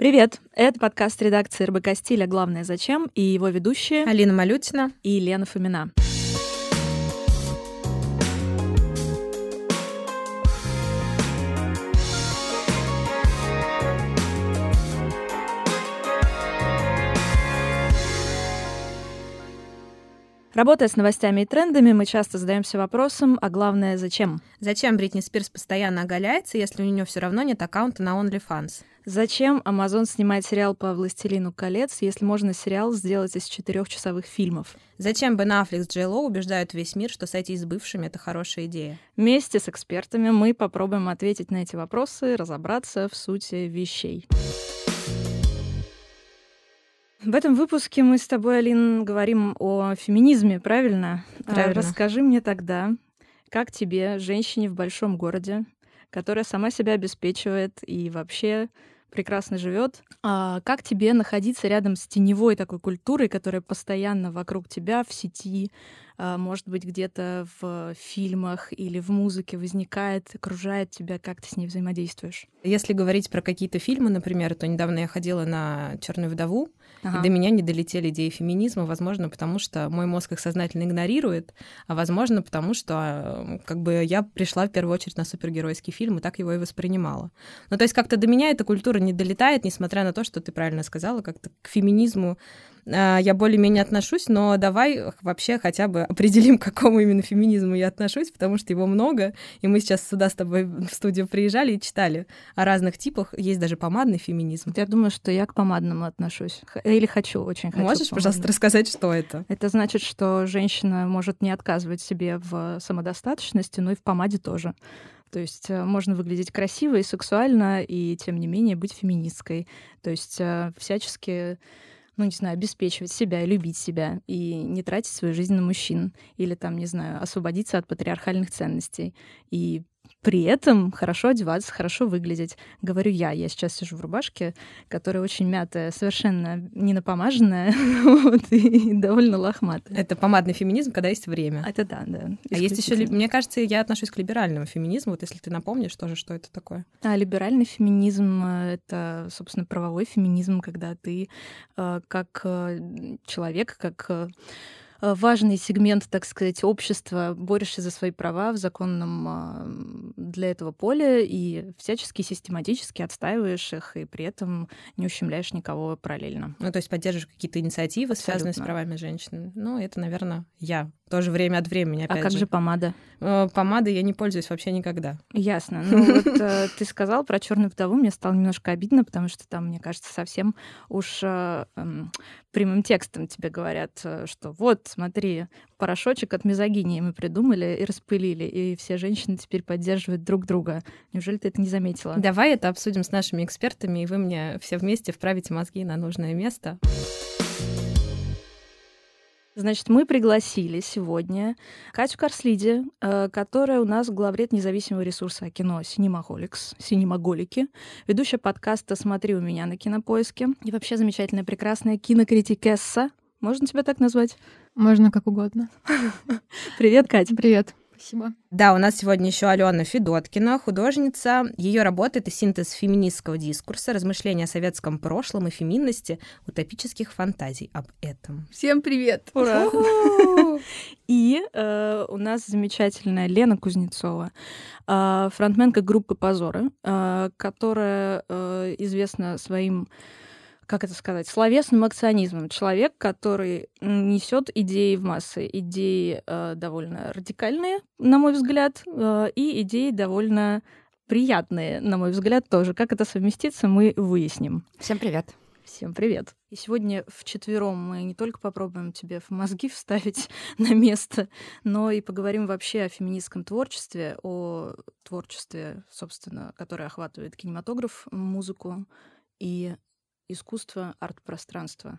Привет! Это подкаст редакции РБК «Стиля. Главное, зачем?» и его ведущие Алина Малютина и Лена Фомина. Работая с новостями и трендами, мы часто задаемся вопросом, а главное, зачем? Зачем Бритни Спирс постоянно оголяется, если у нее все равно нет аккаунта на OnlyFans? Зачем Amazon снимает сериал по «Властелину колец», если можно сериал сделать из 4-часовых фильмов? Зачем Бен Аффлек с Джей Ло убеждают весь мир, что сойтись с бывшими — это хорошая идея? Вместе с экспертами мы попробуем ответить на эти вопросы, разобраться в сути вещей. В этом выпуске мы с тобой, Алин, говорим о феминизме, правильно? Правильно. Расскажи мне тогда, как тебе, женщине в большом городе, которая сама себя обеспечивает и вообще прекрасно живет, как тебе находиться рядом с теневой такой культурой, которая постоянно вокруг тебя в сети, может быть, где-то в фильмах или в музыке возникает, окружает тебя, как ты с ней взаимодействуешь? Если говорить про какие-то фильмы, например, то недавно я ходила на «Черную вдову», и до меня не долетели идеи феминизма, возможно, потому что мой мозг их сознательно игнорирует, а возможно, потому что я пришла в первую очередь на супергеройский фильм и так его и воспринимала. Ну, то есть как-то до меня эта культура не долетает, несмотря на то, что ты правильно сказала, как-то к феминизму я более-менее отношусь, но давай вообще хотя бы определим, к какому именно феминизму я отношусь, потому что его много, и мы сейчас сюда с тобой в студию приезжали и читали о разных типах, есть даже помадный феминизм. Я думаю, что я к помадному отношусь. Или очень хочу. Можешь, пожалуйста, рассказать, что это? Это значит, что женщина может не отказывать себе в самодостаточности, но и в помаде тоже. То есть можно выглядеть красиво и сексуально, и тем не менее быть феминисткой. То есть всячески, обеспечивать себя, любить себя и не тратить свою жизнь на мужчин. Или освободиться от патриархальных ценностей. И при этом хорошо одеваться, хорошо выглядеть. Говорю я сейчас сижу в рубашке, которая очень мятая, совершенно не напомаженная, и довольно лохматая. Это помадный феминизм, когда есть время. Это да. А есть еще, мне кажется, я отношусь к либеральному феминизму, вот если ты напомнишь тоже, что это такое. Либеральный феминизм — это, собственно, правовой феминизм, когда ты как человек, как важный сегмент, так сказать, общества, борешься за свои права в законном для этого поле и всячески систематически отстаиваешь их, и при этом не ущемляешь никого параллельно. Ну, то есть поддерживаешь какие-то инициативы, связанные с правами женщин. Ну, это, наверное, я. Тоже время от времени, опять же. А как же помада? Помадой я не пользуюсь вообще никогда. Ясно. Ты сказал про «Черную вдову», мне стало немножко обидно, потому что там, мне кажется, совсем уж прямым текстом тебе говорят, что вот, смотри, порошочек от мизогинии мы придумали и распылили, и все женщины теперь поддерживают друг друга. Неужели ты это не заметила? Давай это обсудим с нашими экспертами, и вы мне все вместе вправите мозги на нужное место. Значит, мы пригласили сегодня Катю Корслиди, которая у нас главред независимого ресурса кино «Синемаголикс», «Синемаголики», ведущая подкаста «Смотри у меня» на Кинопоиске и вообще замечательная, прекрасная кинокритикесса. Можно тебя так назвать? Можно как угодно. Привет, Катя. Привет. Спасибо. Да, у нас сегодня еще Алена Федоткина, художница. Ее работа — это синтез феминистского дискурса, размышления о советском прошлом и феминности, утопических фантазий об этом. Всем привет! Ура! И у нас замечательная Лена Кузнецова, фронтменка группы «Позоры», которая известна своим, словесным акционизмом. Человек, который несет идеи в массы. Идеи довольно радикальные, на мой взгляд, и идеи довольно приятные, на мой взгляд, тоже. Как это совместится, мы выясним. Всем привет. Всем привет. И сегодня вчетвером мы не только попробуем тебе в мозги вставить на место, но и поговорим вообще о феминистском творчестве, о творчестве, собственно, которое охватывает кинематограф, музыку и искусство, арт-пространство.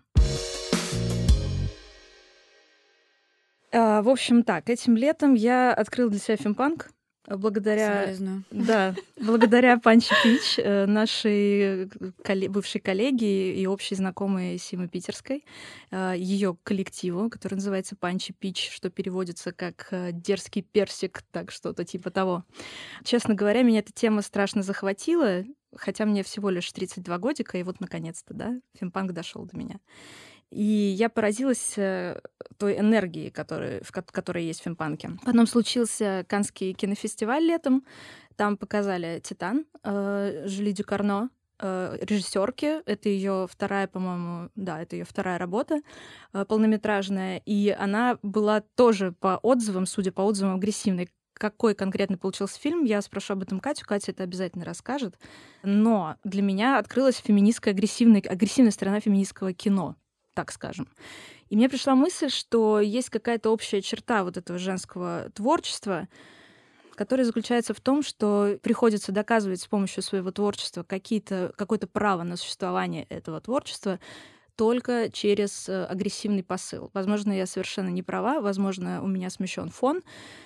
В общем, так, этим летом я открыла для себя фемпанк. Благодаря Панчи Пич, нашей бывшей коллеги и общей знакомой Симы Питерской, ее коллективу, который называется Панчи Пич, что переводится как «дерзкий персик», так что-то типа того. Честно говоря, меня эта тема страшно захватила. хотя мне всего лишь 32 годика, и вот наконец-то, да, фемпанк дошел до меня. И я поразилась той энергией, которая есть в фемпанке. Потом случился Каннский кинофестиваль летом. Там показали «Титан» Жюли Дюкарно, режиссерки. Это ее вторая, по-моему, да, это ее вторая работа полнометражная. И она была тоже по отзывам, судя по отзывам, агрессивной. Какой конкретно получился фильм, я спрошу об этом Катю. Катя это обязательно расскажет. Но для меня открылась агрессивная сторона феминистского кино, так скажем. И мне пришла мысль, что есть какая-то общая черта вот этого женского творчества, которая заключается в том, что приходится доказывать с помощью своего творчества какое-то право на существование этого творчества только через агрессивный посыл. Возможно, я совершенно не права, возможно, у меня смещен фон,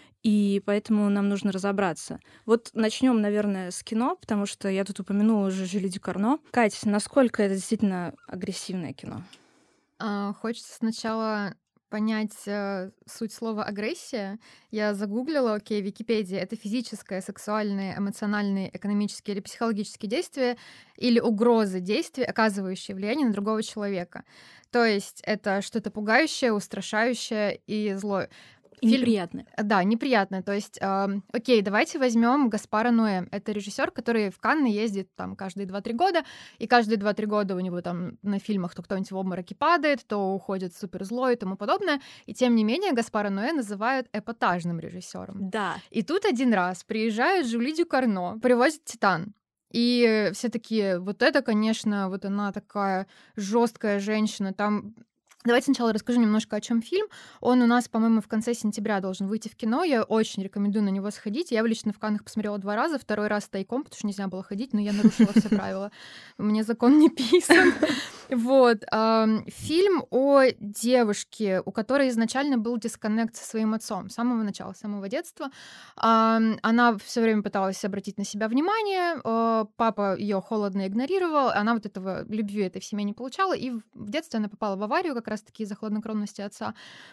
и поэтому нам нужно разобраться. Вот начнем, наверное, с кино, потому что я тут упомянула уже Жюли Дюкарно. Кать, насколько это действительно агрессивное кино? Хочется сначала понять суть слова «агрессия». Я загуглила, Википедия — это физическое, сексуальное, эмоциональное, экономические или психологические действия или угрозы действий, оказывающие влияние на другого человека. То есть это что-то пугающее, устрашающее и злое. Неприятное. Да, неприятное. То есть, давайте возьмем Гаспара Ноэ. Это режиссер, который в Канны ездит там каждые 2-3 года, и каждые 2-3 года у него там на фильмах то кто-нибудь в обмороке падает, то уходит суперзлой и тому подобное. И тем не менее Гаспара Ноэ называют эпатажным режиссером. Да. И тут один раз приезжает Жюли Дюкарно, привозит «Титан». И все такие, вот это, конечно, вот она такая жесткая женщина. Там Давайте сначала расскажу немножко, о чем фильм. Он у нас, по-моему, в конце сентября должен выйти в кино. Я очень рекомендую на него сходить. Я его лично в Каннах посмотрела 2 раза, второй раз тайком, потому что нельзя было ходить, но я нарушила все правила. Мне закон не писан. Вот. Фильм о девушке, у которой изначально был дисконнект со своим отцом с самого начала, с самого детства. Она все время пыталась обратить на себя внимание. Папа ее холодно игнорировал. Она вот этого любви этой в семье не получала. И в детстве она попала в аварию как раз-таки из-за хладнокровности отца.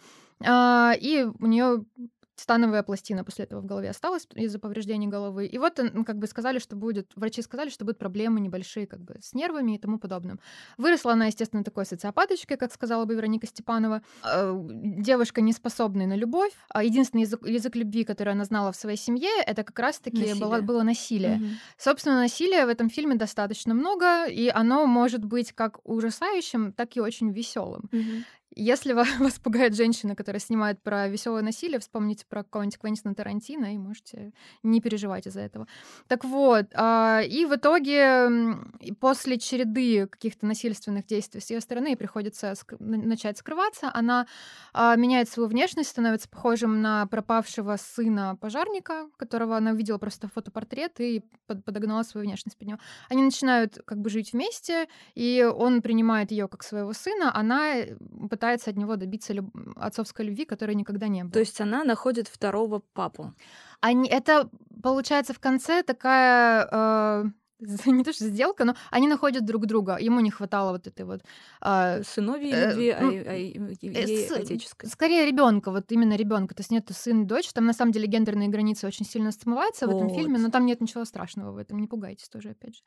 И у нее становая пластина после этого в голове осталась из-за повреждений головы. И вот сказали, что врачи сказали, что будут проблемы небольшие с нервами и тому подобным. Выросла она, естественно, такой социопаточкой, как сказала бы Вероника Степанова. Девушка, неспособная на любовь. Единственный язык любви, который она знала в своей семье, это как раз-таки было насилие. Угу. Собственно, насилия в этом фильме достаточно много, и оно может быть как ужасающим, так и очень веселым. Угу. Если вас пугает женщина, которая снимает про веселое насилие, вспомните про какого-нибудь Квентина Тарантино и можете не переживать из-за этого. Так вот, и в итоге после череды каких-то насильственных действий с ее стороны приходится начать скрываться. Она меняет свою внешность, становится похожим на пропавшего сына пожарника, которого она увидела просто фотопортрет и подогнала свою внешность под него. Они начинают жить вместе, и он принимает ее как своего сына, она пытается от него добиться отцовской любви, которой никогда не было. То есть она находит второго папу. Это, получается, в конце такая... не то что сделка, но они находят друг друга. Ему не хватало вот этой вот... сыновьей любви, ей отеческой. Скорее ребенка, вот именно ребенка. То есть нет сын и дочь. Там на самом деле гендерные границы очень сильно смываются в этом фильме, но там нет ничего страшного в этом. Не пугайтесь тоже, опять же.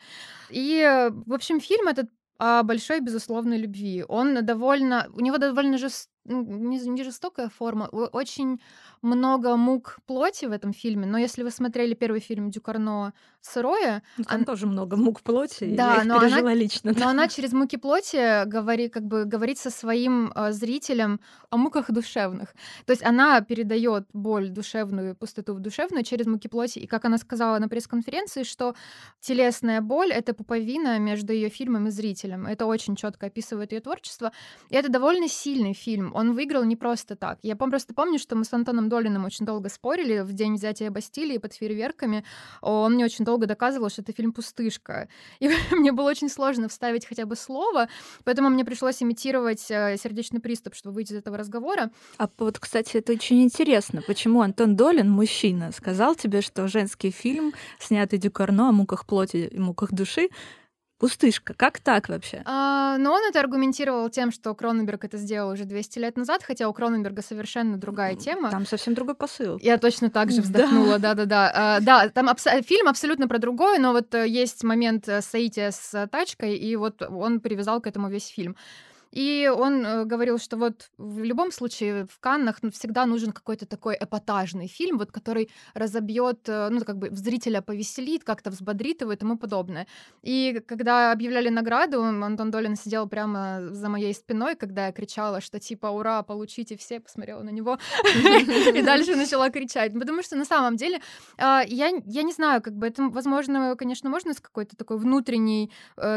И, в общем, фильм этот о большой безусловной любви. У него довольно не жестокая форма, очень много мук плоти в этом фильме, но если вы смотрели первый фильм Дюкарно «Сырое», там тоже много мук плоти, да, я их пережила лично. Но она через муки плоти говорит со своим зрителем о муках душевных. То есть она передает боль душевную, пустоту душевную через муки плоти. И как она сказала на пресс-конференции, что телесная боль — это пуповина между ее фильмом и зрителем. Это очень четко описывает ее творчество. И это довольно сильный фильм. Он выиграл не просто так. Я просто помню, что мы с Антоном Долиным очень долго спорили в день взятия Бастилии под фейерверками. Он мне очень долго доказывал, что это фильм «Пустышка». И мне было очень сложно вставить хотя бы слово, поэтому мне пришлось имитировать сердечный приступ, чтобы выйти из этого разговора. А вот, кстати, это очень интересно. Почему Антон Долин, мужчина, сказал тебе, что женский фильм, снятый Дюкарно о муках плоти и муках души, Пустышка. Как так вообще? Но он это аргументировал тем, что Кроненберг это сделал уже 200 лет назад, хотя у Кроненберга совершенно другая тема. Там совсем другой посыл. Я точно так же вздохнула, да-да-да. Да, там фильм абсолютно про другое, но вот есть момент соития с тачкой, и вот он привязал к этому весь фильм. И он говорил, что вот в любом случае в Каннах всегда нужен какой-то такой эпатажный фильм, вот который разобьет, ну, как бы зрителя повеселит, как-то взбодрит его и тому подобное. И когда объявляли награду, Антон Долин сидел прямо за моей спиной, когда я кричала, что типа «Ура, получите все!», посмотрела на него и дальше начала кричать. Потому что на самом деле, я не знаю, как бы это, возможно, конечно, можно с какой-то такой внутренней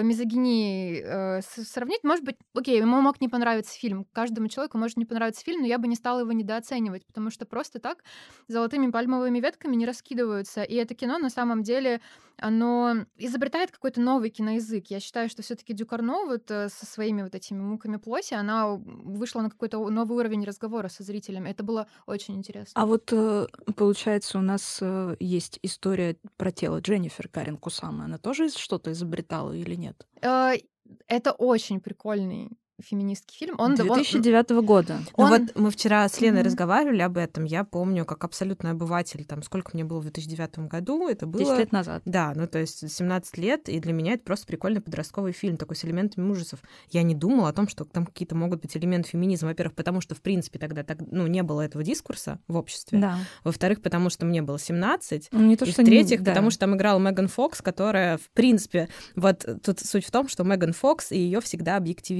мизогинией сравнить. Может быть, окей, ему мог не понравиться фильм. Каждому человеку может не понравиться фильм, но я бы не стала его недооценивать, потому что просто так золотыми пальмовыми ветками не раскидываются. И это кино, на самом деле, оно изобретает какой-то новый киноязык. Я считаю, что все-таки Дюкарно вот со своими вот этими муками плоти, она вышла на какой-то новый уровень разговора со зрителями. Это было очень интересно. А вот, получается, у нас есть история про тело Дженнифер Карен Кусама. Она тоже что-то изобретала или нет? Это очень прикольный феминистский фильм. Он 2009 года. Ну вот мы вчера с Леной разговаривали об этом. Я помню, как абсолютный обыватель, там, сколько мне было в 2009 году, это было... 10 лет назад. Да, ну то есть 17 лет, и для меня это просто прикольный подростковый фильм, такой с элементами ужасов. Я не думала о том, что там какие-то могут быть элементы феминизма. Во-первых, потому что, в принципе, тогда не было этого дискурса в обществе. Да. Во-вторых, потому что мне было 17. Не то, и что в-третьих, потому что там играла Меган Фокс, которая, в принципе... Вот тут суть в том, что Меган Фокс, и ее всегда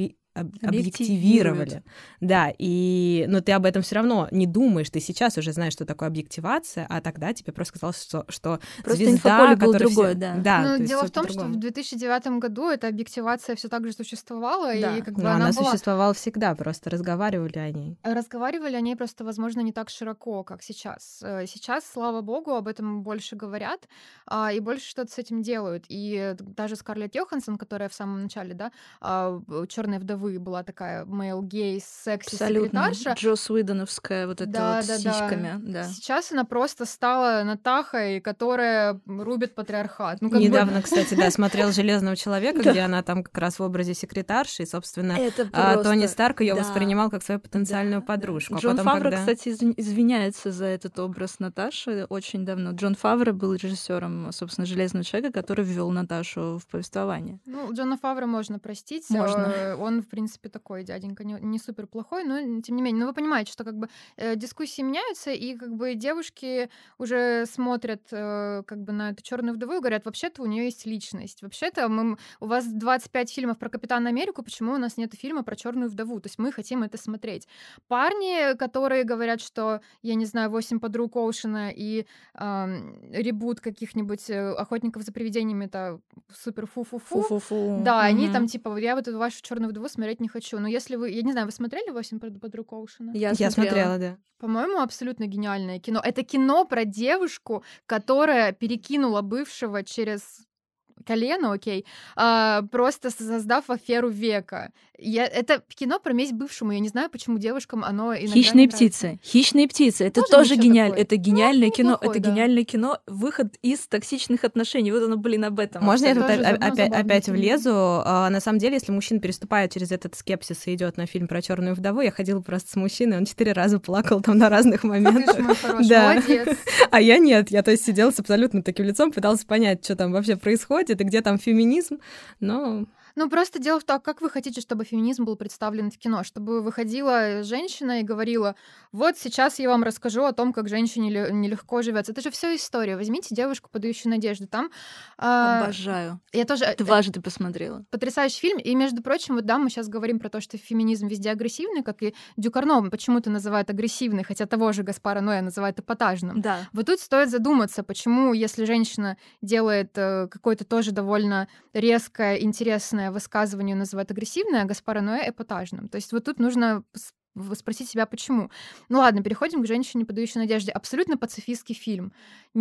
объективировали. Да, и но ты об этом все равно не думаешь, ты сейчас уже знаешь, что такое объективация, а тогда тебе просто казалось, что просто звезда, был другой, да. Но дело в том, что в 2009 году эта объективация все так же существовала, да. И как бы она существовала всегда, просто разговаривали о ней. Разговаривали о ней просто, возможно, не так широко, как сейчас. Сейчас, слава богу, об этом больше говорят, и больше что-то с этим делают. И даже Скарлетт Йоханссон, которая в самом начале, да, «Чёрной вдовы» была такая male-гей, секси-секретарша. Джосс Уидоновская вот эта вот с сиськами. Да. Сейчас она просто стала Натахой, которая рубит патриархат. Ну, недавно, кстати, да, смотрел «Железного человека», где она там как раз в образе секретарши, и, собственно, Тони Старк ее воспринимал как свою потенциальную подружку. Джон Фавро, кстати, извиняется за этот образ Наташи очень давно. Джон Фавро был режиссером, собственно, «Железного человека», который ввел Наташу в повествование. Ну, Джона Фавро можно простить. Можно. Он, в принципе, такой дяденька, не супер плохой, но тем не менее. Но вы понимаете, что как бы дискуссии меняются, и как бы девушки уже смотрят как бы на эту «Чёрную вдову» и говорят, вообще-то у нее есть личность. Вообще-то у вас 25 фильмов про Капитана Америку, почему у нас нет фильма про «Чёрную вдову»? То есть мы хотим это смотреть. Парни, которые говорят, что, я не знаю, 8 подруг Оушена и ребут каких-нибудь «Охотников за привидениями» — это супер фу-фу-фу. Да, они там типа, я вот эту вашу «Чёрную вдову» смотреть не хочу. Но если вы... Я не знаю, вы смотрели «8 подруг Оушена»? Я смотрела, да. По-моему, абсолютно гениальное кино. Это кино про девушку, которая перекинула бывшего через колено, окей, просто создав аферу века. Это кино про месть бывшему. Я не знаю, почему девушкам оно иногда «Хищные птицы». «Хищные птицы». Это тоже гениально. Это гениальное кино. Это гениальное кино. Выход из токсичных отношений. Вот оно, об этом. Можно я тут опять влезу? На самом деле, если мужчина переступает через этот скепсис и идет на фильм про «Чёрную вдову», я ходила просто с мужчиной, он 4 раза плакал там на разных моментах. Ты ж мой хороший, молодец. А я нет. Я, то есть, сидела с абсолютно таким лицом, пыталась понять, что там вообще происходит, и где там феминизм, но... Ну, просто дело в том, как вы хотите, чтобы феминизм был представлен в кино? Чтобы выходила женщина и говорила, вот сейчас я вам расскажу о том, как женщине нелегко живется. Это же все история. Возьмите «Девушку, подающую надежду». Там... Обожаю. Я тоже... Дважды посмотрела. Потрясающий фильм. И, между прочим, вот да, мы сейчас говорим про то, что феминизм везде агрессивный, как и Дюкарно почему-то называют агрессивный, хотя того же Гаспара Ноэ называют эпатажным. Да. Вот тут стоит задуматься, почему, если женщина делает какое-то тоже довольно резкое, интересное высказывание, называют агрессивное, а Гаспара Ноэ эпатажным. То есть вот тут нужно спросить себя, почему. Ну ладно, переходим к «Женщине, подающей надежде». Абсолютно пацифистский фильм.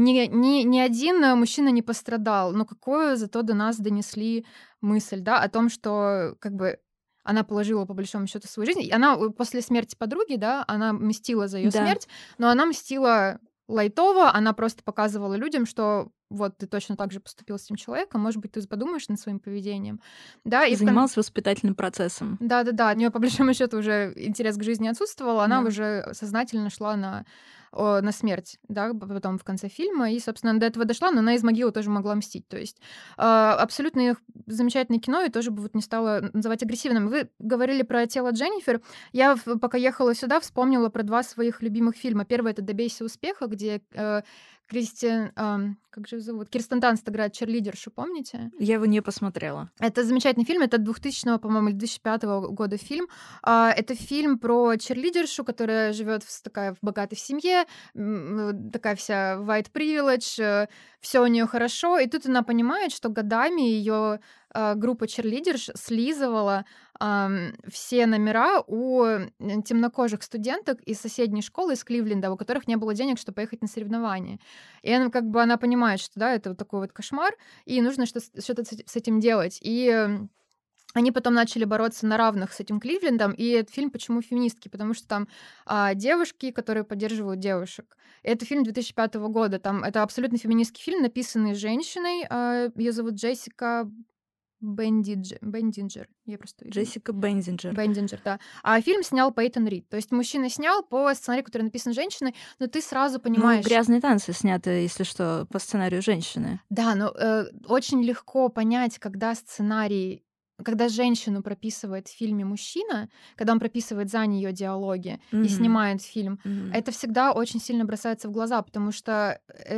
Ни один мужчина не пострадал, но какую зато до нас донесли мысль, да, о том, что как бы она положила, по большому счету, свою жизнь. И она после смерти подруги, да, она мстила за ее смерть, но она мстила лайтово, она просто показывала людям, что вот ты точно так же поступил с этим человеком, может быть, ты подумаешь над своим поведением. Да, и занималась воспитательным процессом. Да. У нее по большому счету уже интерес к жизни отсутствовал, она уже сознательно шла на смерть, да, потом в конце фильма, и, собственно, до этого дошла, но она из могилы тоже могла мстить. То есть абсолютно замечательное кино, и тоже бы вот не стала называть агрессивным. Вы говорили про «Тело Дженнифер». Я, пока ехала сюда, вспомнила про 2 своих любимых фильма. Первый — это «Добейся успеха», где Кристен Данст играет черлидершу, помните? Я его не посмотрела. Это замечательный фильм, это 2000, по-моему, или 2005 года фильм. Это фильм про черлидершу, которая живет в богатой семье, такая вся white privilege, все у нее хорошо, и тут она понимает, что годами ее группа черлидерш слизывала все номера у темнокожих студенток из соседней школы, из Кливленда, у которых не было денег, чтобы поехать на соревнования. И она понимает, что да, это вот такой вот кошмар, и нужно что-то с этим делать. И они потом начали бороться на равных с этим Кливлендом, и этот фильм «Почему феминистки?», потому что там девушки, которые поддерживают девушек. И это фильм 2005 года, там это абсолютно феминистский фильм, написанный женщиной, ее зовут Джессика Бендинджер. Джессика Бендинджер. Бендинджер, да. А фильм снял Пейтон Рид. То есть мужчина снял по сценарию, который написан женщиной, но ты сразу понимаешь... «Грязные танцы» сняты, если что, по сценарию женщины. Да, но очень легко понять, когда женщину прописывает в фильме мужчина, когда он прописывает за нее диалоги и снимает фильм, это всегда очень сильно бросается в глаза, потому что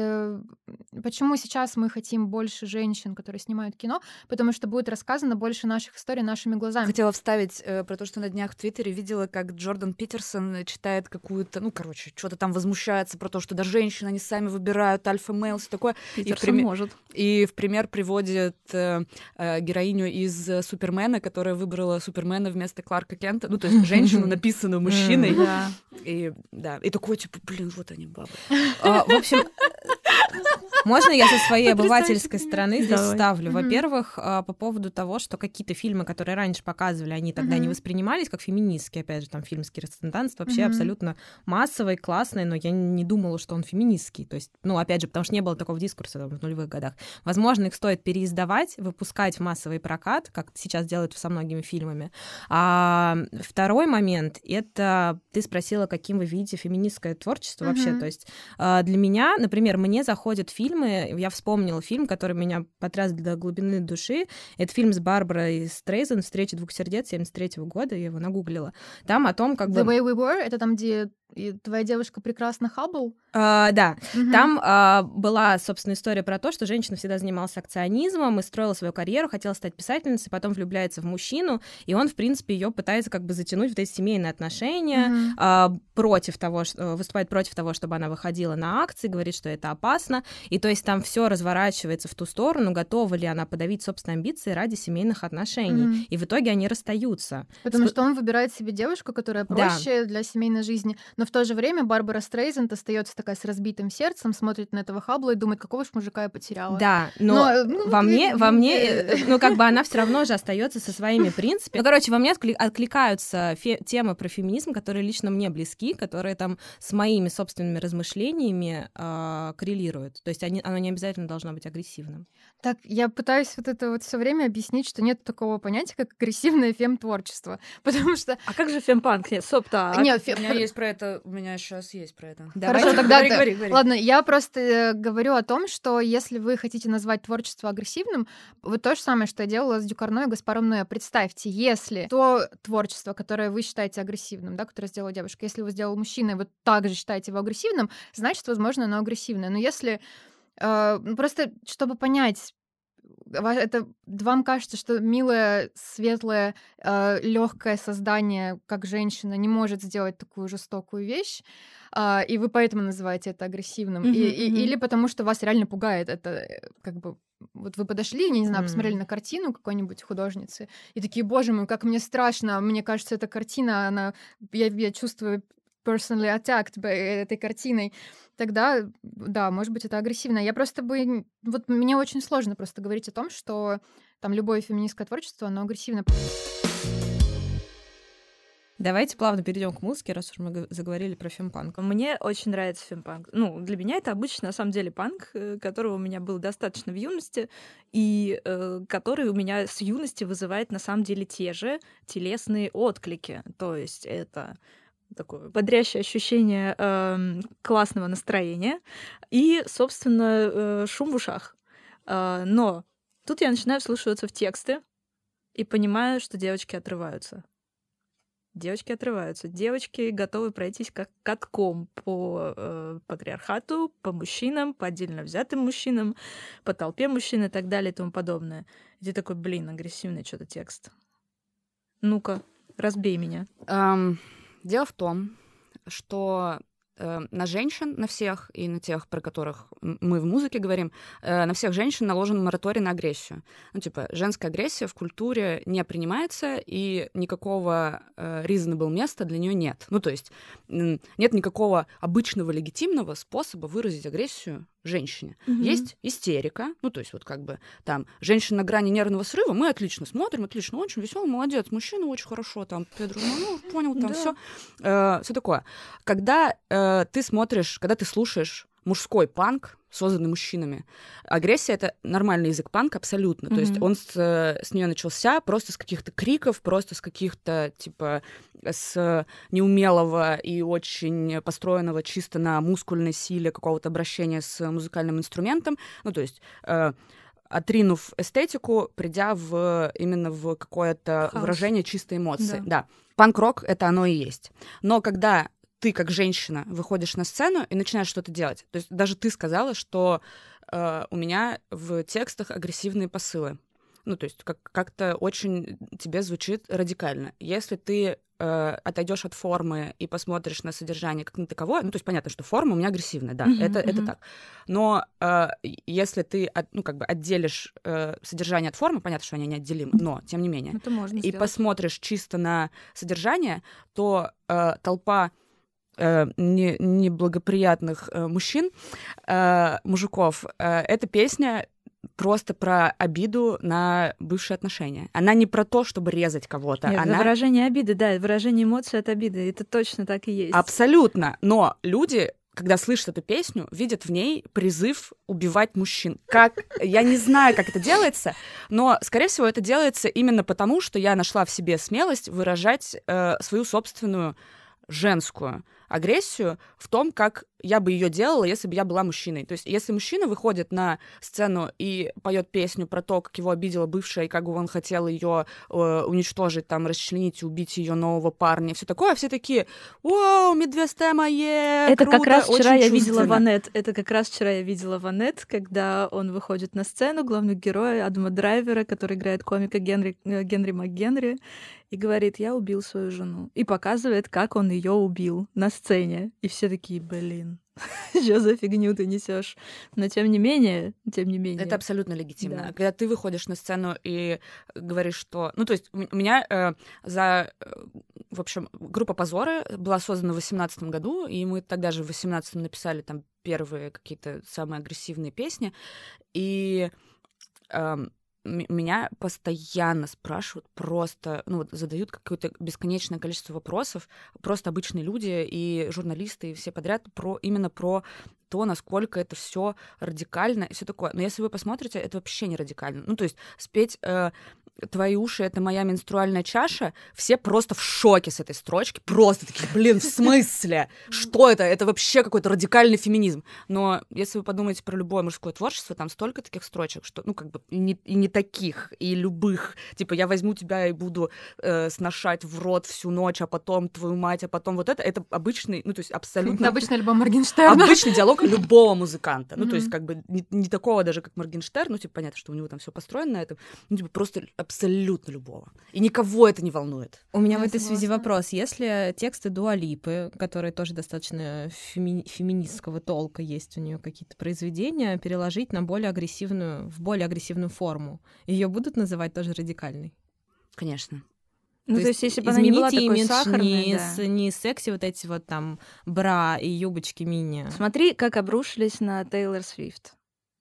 почему сейчас мы хотим больше женщин, которые снимают кино? Потому что будет рассказано больше наших историй нашими глазами. Хотела вставить про то, что на днях в Твиттере видела, как Джордан Питерсон читает какую-то, что-то там возмущается про то, что да, женщины, они сами выбирают альфа-мейл, все такое. Питерсон может. И в пример приводит героиню из Супермена, которая выбрала Супермена вместо Кларка Кента. То есть женщину, написанную мужчиной. И такой, вот они, бабы. В общем, можно я со своей обывательской стороны здесь ставлю? Во-первых, по поводу того, что какие-то фильмы, которые раньше показывали, они тогда не воспринимались как феминистские. Опять же, там фильм с Кирстен Данст вообще абсолютно массовый, классный, но я не думала, что он феминистский. То есть, опять же, потому что не было такого дискурса в нулевых годах. Возможно, их стоит переиздавать, выпускать в массовый прокат, как сейчас делают со многими фильмами. А второй момент — это ты спросила, каким вы видите феминистское творчество вообще. То есть для меня, например, мне заходят фильмы, я вспомнила фильм, который меня потряс до глубины души. Это фильм с Барбарой Стрейзанд «Встреча двух сердец» 73-го года, я его нагуглила. Там о том, как бы... The Way We Were — это там, где твоя девушка прекрасно Хаббл? Да. Там была, собственно, история про то, что женщина всегда занималась акционизмом и строила свою карьеру, хотела стать писательницей, потом влюбляется в мужчину, и он, в принципе, ее пытается как бы затянуть в эти семейные отношения, выступает против того, чтобы она выходила на акции, говорит, что это опасно. И то есть там все разворачивается в ту сторону, готова ли она подавить собственные амбиции ради семейных отношений. И в итоге они расстаются. Потому что он выбирает себе девушку, которая проще для семейной жизни. Но в то же время Барбара Стрейзанд остается такая с разбитым сердцем, смотрит на этого Хаббла и думает, какого ж мужика я потеряла. Да, но во мне, как бы она все равно же остается со своими принципами. Во мне откликаются темы про феминизм, которые лично мне близки, которые там с моими собственными размышлениями коррелируют. То есть оно не обязательно должно быть агрессивным. Так, я пытаюсь все время объяснить, что нет такого понятия, как агрессивное фем-творчество, потому что... А как же фемпанк? Нет, стоп-то. Нет, у меня есть про это. У меня сейчас есть про это. Хорошо, тогда говори. Ладно, я просто говорю о том, что если вы хотите назвать творчество агрессивным, вот то же самое, что я делала с Дюкарно и Гаспаром Ноэ. Представьте, если то творчество, которое вы считаете агрессивным, да, которое сделала девушка, если вы сделал мужчина, и вы также считаете его агрессивным, значит, возможно, оно агрессивное. Но если просто чтобы понять, это вам кажется, что милое, светлое, легкое создание, как женщина, не может сделать такую жестокую вещь, и вы поэтому называете это агрессивным, или потому что вас реально пугает это, как бы. Вот вы подошли, не знаю, посмотрели на картину какой-нибудь художницы и такие, боже мой, как мне страшно, мне кажется, эта картина, я чувствую personally attacked этой картиной, тогда, да, может быть, это агрессивно. Мне очень сложно просто говорить о том, что там любое феминистское творчество, оно агрессивно. Давайте плавно перейдем к музыке, раз уж мы заговорили про фемпанк. Мне очень нравится фемпанк. Ну, для меня это обычно, на самом деле, панк, которого у меня было достаточно в юности, и который у меня с юности вызывает, на самом деле, те же телесные отклики. То есть это такое бодрящее ощущение классного настроения и, собственно, шум в ушах. Но тут я начинаю вслушиваться в тексты и понимаю, что девочки отрываются. Девочки готовы пройтись как катком по патриархату, по мужчинам, по отдельно взятым мужчинам, по толпе мужчин и так далее и тому подобное. И ты такой, агрессивный что-то текст. Ну-ка, разбей меня. Дело в том, что на женщин, на всех, и на тех, про которых мы в музыке говорим, на всех женщин наложен мораторий на агрессию. Ну, типа, женская агрессия в культуре не принимается, и никакого reasonable места для нее нет. Ну, то есть нет никакого обычного легитимного способа выразить агрессию женщине. Есть истерика, ну, то есть вот как бы там женщина на грани нервного срыва, мы отлично смотрим, отлично, очень веселый, молодец, мужчина очень хорошо, там, Педро, ну, понял, там все такое. Когда ты смотришь, когда ты слушаешь мужской панк, созданный мужчинами, агрессия — это нормальный язык панка абсолютно. То есть он с нее начался просто с каких-то криков, просто с каких-то, типа, с неумелого и очень построенного чисто на мускульной силе какого-то обращения с музыкальным инструментом. Ну, то есть отринув эстетику, придя именно в какое-то выражение чистой эмоции. Да. Панк-рок — это оно и есть. Но когда ты, как женщина, выходишь на сцену и начинаешь что-то делать. То есть даже ты сказала, что у меня в текстах агрессивные посылы. Ну, то есть как-то очень тебе звучит радикально. Если ты отойдешь от формы и посмотришь на содержание как на таковое, ну, то есть понятно, что форма у меня агрессивная, да, это так. Но если ты, отделишь содержание от формы, понятно, что они неотделимы, но, тем не менее, и посмотришь чисто на содержание, то толпа неблагоприятных мужчин, мужиков, эта песня просто про обиду на бывшие отношения. Она не про то, чтобы резать кого-то. Нет, она... выражение обиды, да, выражение эмоций от обиды. Это точно так и есть. Абсолютно. Но люди, когда слышат эту песню, видят в ней призыв убивать мужчин. Я не знаю, как это делается, но, скорее всего, это делается именно потому, что я нашла в себе смелость выражать свою собственную женскую агрессию в том, как я бы ее делала, если бы я была мужчиной. То есть, если мужчина выходит на сцену и поет песню про то, как его обидела бывшая, и как бы он хотел ее уничтожить, там, расчленить и убить ее нового парня, все такое, все такие: «Вау, медвестая моя, это круто, как раз вчера я видела Ванет. Это как раз вчера я видела Ванет, когда он выходит на сцену, главного героя Адама Драйвера, который играет комика Генри МакГенри, и говорит: «Я убил свою жену». И показывает, как он ее убил на сцене. И все такие: блин, что за фигню ты несешь? Но тем не менее. Это абсолютно легитимно. Да. Когда ты выходишь на сцену и говоришь, что... Ну, то есть у меня в общем, группа «Позоры» была создана в 2018 году, и мы тогда же в 2018 написали там первые какие-то самые агрессивные песни. И... меня постоянно спрашивают, просто, задают какое-то бесконечное количество вопросов, просто обычные люди и журналисты, и все подряд, именно про то, насколько это все радикально и все такое. Но если вы посмотрите, это вообще не радикально. Ну, то есть спеть «Твои уши — это моя менструальная чаша», все просто в шоке с этой строчки, просто такие: блин, в смысле? Что это? Это вообще какой-то радикальный феминизм. Но если вы подумаете про любое мужское творчество, там столько таких строчек, что, и не таких, и любых. Типа, я возьму тебя и буду сношать в рот всю ночь, а потом твою мать, а потом вот это обычный, то есть абсолютно... Обычный альбом Моргенштерна. Обычный диалог любого музыканта. То есть не такого даже, как Моргенштерн, понятно, что у него там все построено на этом, просто абсолютно любого. И никого это не волнует. У меня в этой связи вопрос. Если тексты Дуа Липы, которые тоже достаточно феминистского толка, есть у нее какие-то произведения, переложить в более агрессивную форму, ее будут называть тоже радикальной? Конечно. То есть если бы она не была такой сахарной, не секси вот эти вот там бра и юбочки мини. Смотри, как обрушились на Тейлор Свифт.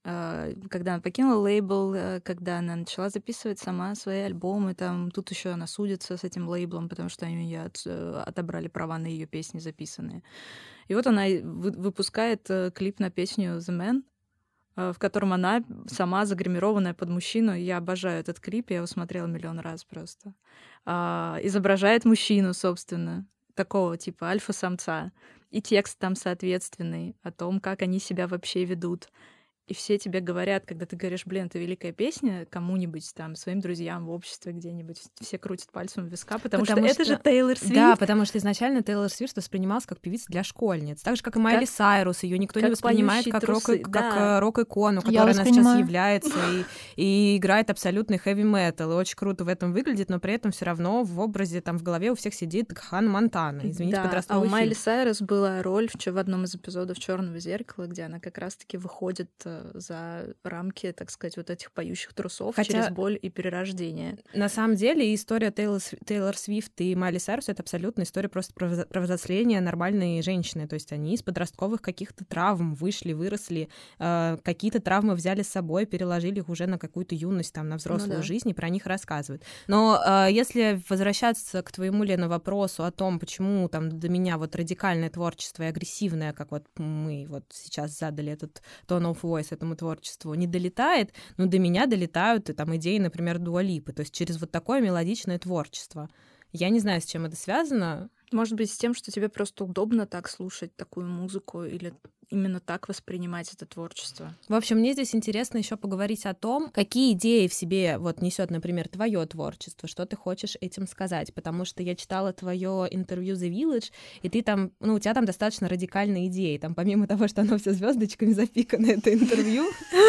когда она покинула лейбл, когда она начала записывать сама свои альбомы, там тут еще она судится с этим лейблом, потому что они у нее отобрали права на ее песни записанные. И вот она выпускает клип на песню The Man, в котором она сама загримированная под мужчину. Я обожаю этот клип, я его смотрела миллион раз просто. Изображает мужчину, собственно, такого типа альфа-самца. И текст там соответственный о том, как они себя вообще ведут. И все тебе говорят, когда ты говоришь, блин, это великая песня, кому-нибудь там, своим друзьям в обществе где-нибудь, все крутят пальцем в виска, потому что это же Тейлор Свифт. Да, потому что изначально Тейлор Свифт воспринималась как певица для школьниц. Так же, как и Майли Сайрус. Ее никто не воспринимает как рок-икону, которой она сейчас является и играет абсолютный хэви-метал. И очень круто в этом выглядит, но при этом все равно в образе, там в голове у всех сидит Ханна Монтана. Извините, подростковый фильм. А у Майли Сайрус была роль в одном из эпизодов «Черного зеркала», где она как раз-таки выходит за рамки, так сказать, вот этих поющих трусов через боль и перерождение. На самом деле история Тейлор Свифт и Майли Сайрус — это абсолютно история просто про взросление нормальной женщины. То есть они из подростковых каких-то травм выросли, какие-то травмы взяли с собой, переложили их уже на какую-то юность, там, на взрослую жизнь, и про них рассказывают. Но если возвращаться к твоему, Лена, вопросу о том, почему там до меня вот радикальное творчество и агрессивное, как вот мы вот сейчас задали этот tone of voice этому творчеству, не долетает, но до меня долетают и там идеи, например, Дуа Липы, то есть через вот такое мелодичное творчество. Я не знаю, с чем это связано. Может быть, с тем, что тебе просто удобно так слушать такую музыку или именно так воспринимать это творчество. В общем, мне здесь интересно еще поговорить о том, какие идеи в себе вот несет, например, твое творчество, что ты хочешь этим сказать, потому что я читала твое интервью The Village, и ты там, у тебя там достаточно радикальные идеи, там помимо того, что оно все звездочками запикано, это интервью,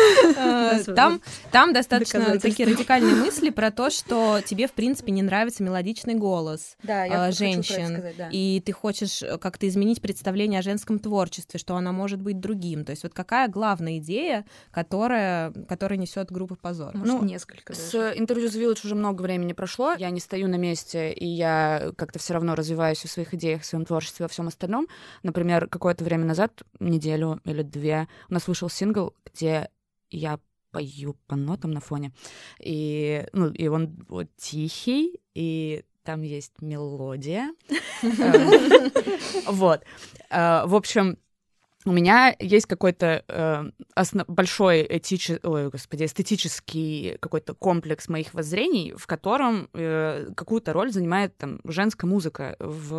там достаточно такие радикальные мысли про то, что тебе, в принципе, не нравится мелодичный голос женщин, и ты хочешь как-то изменить представление о женском творчестве, что она может быть другим. То есть вот какая главная идея, которая несет группа «Позор»? Может, несколько даже. С интервью The Village уже много времени прошло. Я не стою на месте, и я как-то все равно развиваюсь в своих идеях, в своем творчестве, во всем остальном. Например, какое-то время назад, неделю или две, у нас вышел сингл, где я пою по нотам на фоне. И он вот тихий, и там есть мелодия. Вот. В общем, у меня есть какой-то большой эстетический какой-то комплекс моих воззрений, в котором какую-то роль занимает там женская музыка,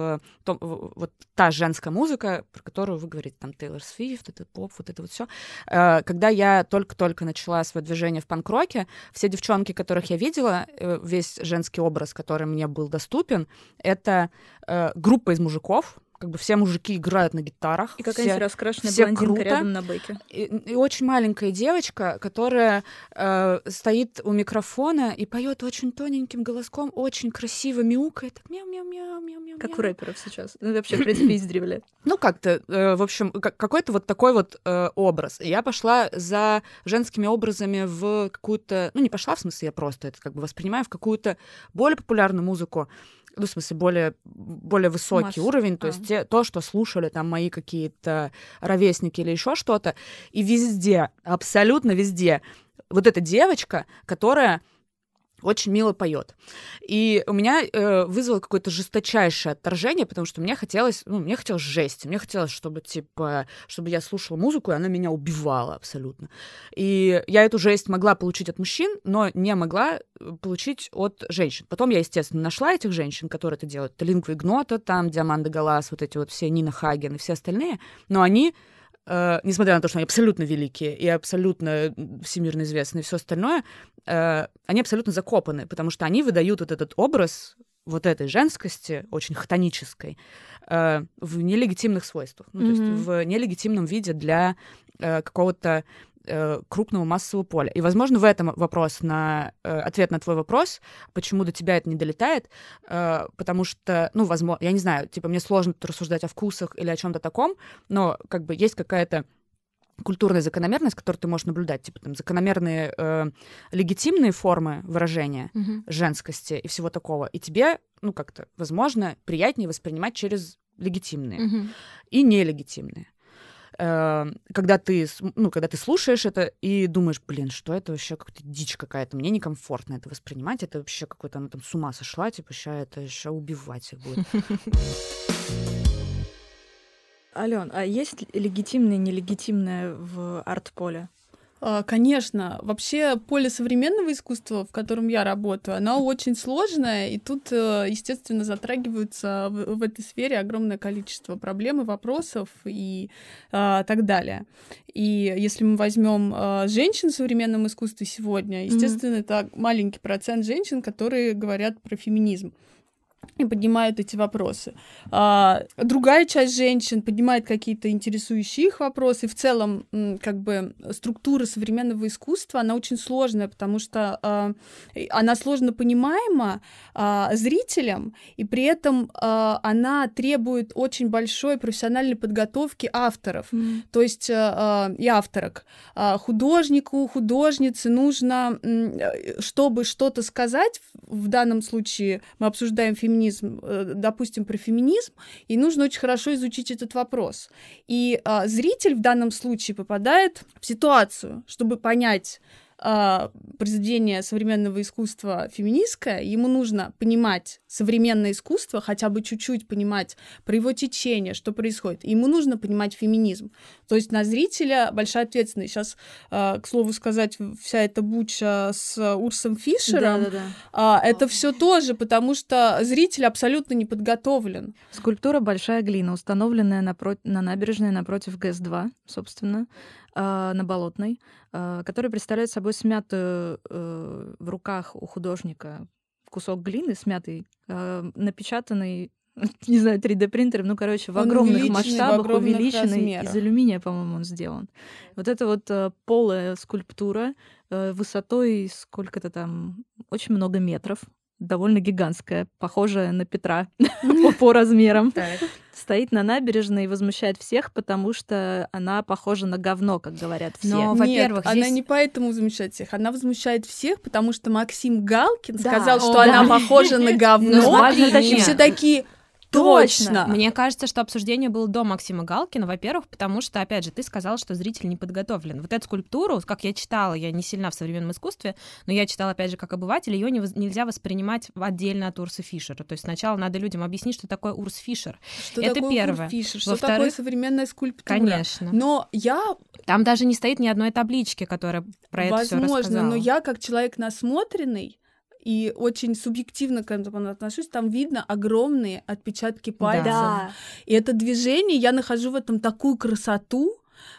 вот та женская музыка, про которую вы говорите, там Тейлор Свифт, это поп, вот это вот все. Когда я только-только начала свое движение в панк-роке, все девчонки, которых я видела, весь женский образ, который мне был доступен, это группа из мужиков. Как бы все мужики играют на гитарах. И какая-нибудь раскрашенная блондинка рядом на бэке. И очень маленькая девочка, которая стоит у микрофона и поет очень тоненьким голоском, очень красиво мяукает. Мяу-мяу-мяу-мяу-мяу. Как у рэперов сейчас. Ну, вообще, в принципе, издревле. Ну, как-то, в общем, какой-то вот такой вот образ. И я пошла за женскими образами в какую-то... Ну, не пошла, в смысле, я просто это как бы воспринимаю в какую-то более популярную музыку. Ну, в смысле, более высокий уровень, то есть то, что слушали там мои какие-то ровесники или еще что-то. И везде, абсолютно везде, вот эта девочка, которая очень мило поет. И у меня вызвало какое-то жесточайшее отторжение, потому что мне хотелось жести. Мне хотелось, чтобы я слушала музыку, и она меня убивала абсолютно. И я эту жесть могла получить от мужчин, но не могла получить от женщин. Потом я, естественно, нашла этих женщин, которые это делают. Лингва Игнота, там, Диаманда Галас, вот эти вот все, Нина Хаген и все остальные. Но они... несмотря на то, что они абсолютно великие и абсолютно всемирно известны и все остальное, они абсолютно закопаны, потому что они выдают вот этот образ вот этой женскости, очень хтонической, в нелегитимных свойствах, то есть в нелегитимном виде для какого-то крупного массового поля. И, возможно, в этом ответ на твой вопрос, почему до тебя это не долетает, потому что, возможно, я не знаю, мне сложно рассуждать о вкусах или о чем-то таком, но как бы есть какая-то культурная закономерность, которую ты можешь наблюдать, закономерные легитимные формы выражения женскости и всего такого, и тебе, как-то, возможно, приятнее воспринимать через легитимные и нелегитимные. когда ты слушаешь это и думаешь, блин, что это вообще какая-то дичь какая-то, мне некомфортно это воспринимать, это вообще какой-то, она там с ума сошла, типа, ща это еще убивать их будет. Алён, а есть легитимное и нелегитимное в арт-поле? Конечно. Вообще поле современного искусства, в котором я работаю, оно очень сложное, и тут, естественно, затрагиваются в этой сфере огромное количество проблем и вопросов и так далее. И если мы возьмем женщин в современном искусстве сегодня, естественно, это маленький процент женщин, которые говорят про феминизм и поднимают эти вопросы. Другая часть женщин поднимает какие-то интересующие их вопросы. И в целом, как бы, структура современного искусства, она очень сложная, потому что она сложно понимаема зрителям, и при этом она требует очень большой профессиональной подготовки авторов, то есть и авторок. Художнику, художнице нужно, чтобы что-то сказать, в данном случае мы обсуждаем феминизм, допустим, про феминизм, и нужно очень хорошо изучить этот вопрос. И зритель в данном случае попадает в ситуацию, чтобы понять произведение современного искусства феминистское, ему нужно понимать современное искусство, хотя бы чуть-чуть понимать про его течение, что происходит. И ему нужно понимать феминизм. То есть на зрителя большая ответственность. Сейчас, к слову сказать, вся эта буча с Урсом Фишером, это все тоже, потому что зритель абсолютно не подготовлен. Скульптура «Большая глина», установленная на набережной напротив ГЭС-2, собственно, на Болотной, которая представляет собой смятую в руках у художника кусок глины, смятый, напечатанный, не знаю, 3D-принтером, ну, короче, в огромных масштабах, увеличенный, из алюминия, по-моему, он сделан. Вот эта вот полая скульптура высотой сколько-то там, очень много метров, довольно гигантская, похожая на Петра по размерам. Стоит на набережной и возмущает всех, потому что она похожа на говно, как говорят все. Но, во-первых, она не поэтому возмущает всех. Она возмущает всех, потому что Максим Галкин сказал, что она похожа на говно, и все такие... Точно! Мне кажется, что обсуждение было до Максима Галкина, во-первых, потому что, опять же, ты сказала, что зритель не подготовлен. Вот эту скульптуру, как я читала, я не сильна в современном искусстве, но я читала, опять же, как обыватель, ее нельзя воспринимать отдельно от Урса Фишера. То есть сначала надо людям объяснить, что такое Урс Фишер. Что это такое первое. Урс Фишер? Что такое современная скульптура? Конечно. Но Там даже не стоит ни одной таблички, которая про это всё рассказала. Возможно, но я, как человек насмотренный, и очень субъективно к этому отношусь, там видно огромные отпечатки пальцев. Да. И это движение, я нахожу в этом такую красоту,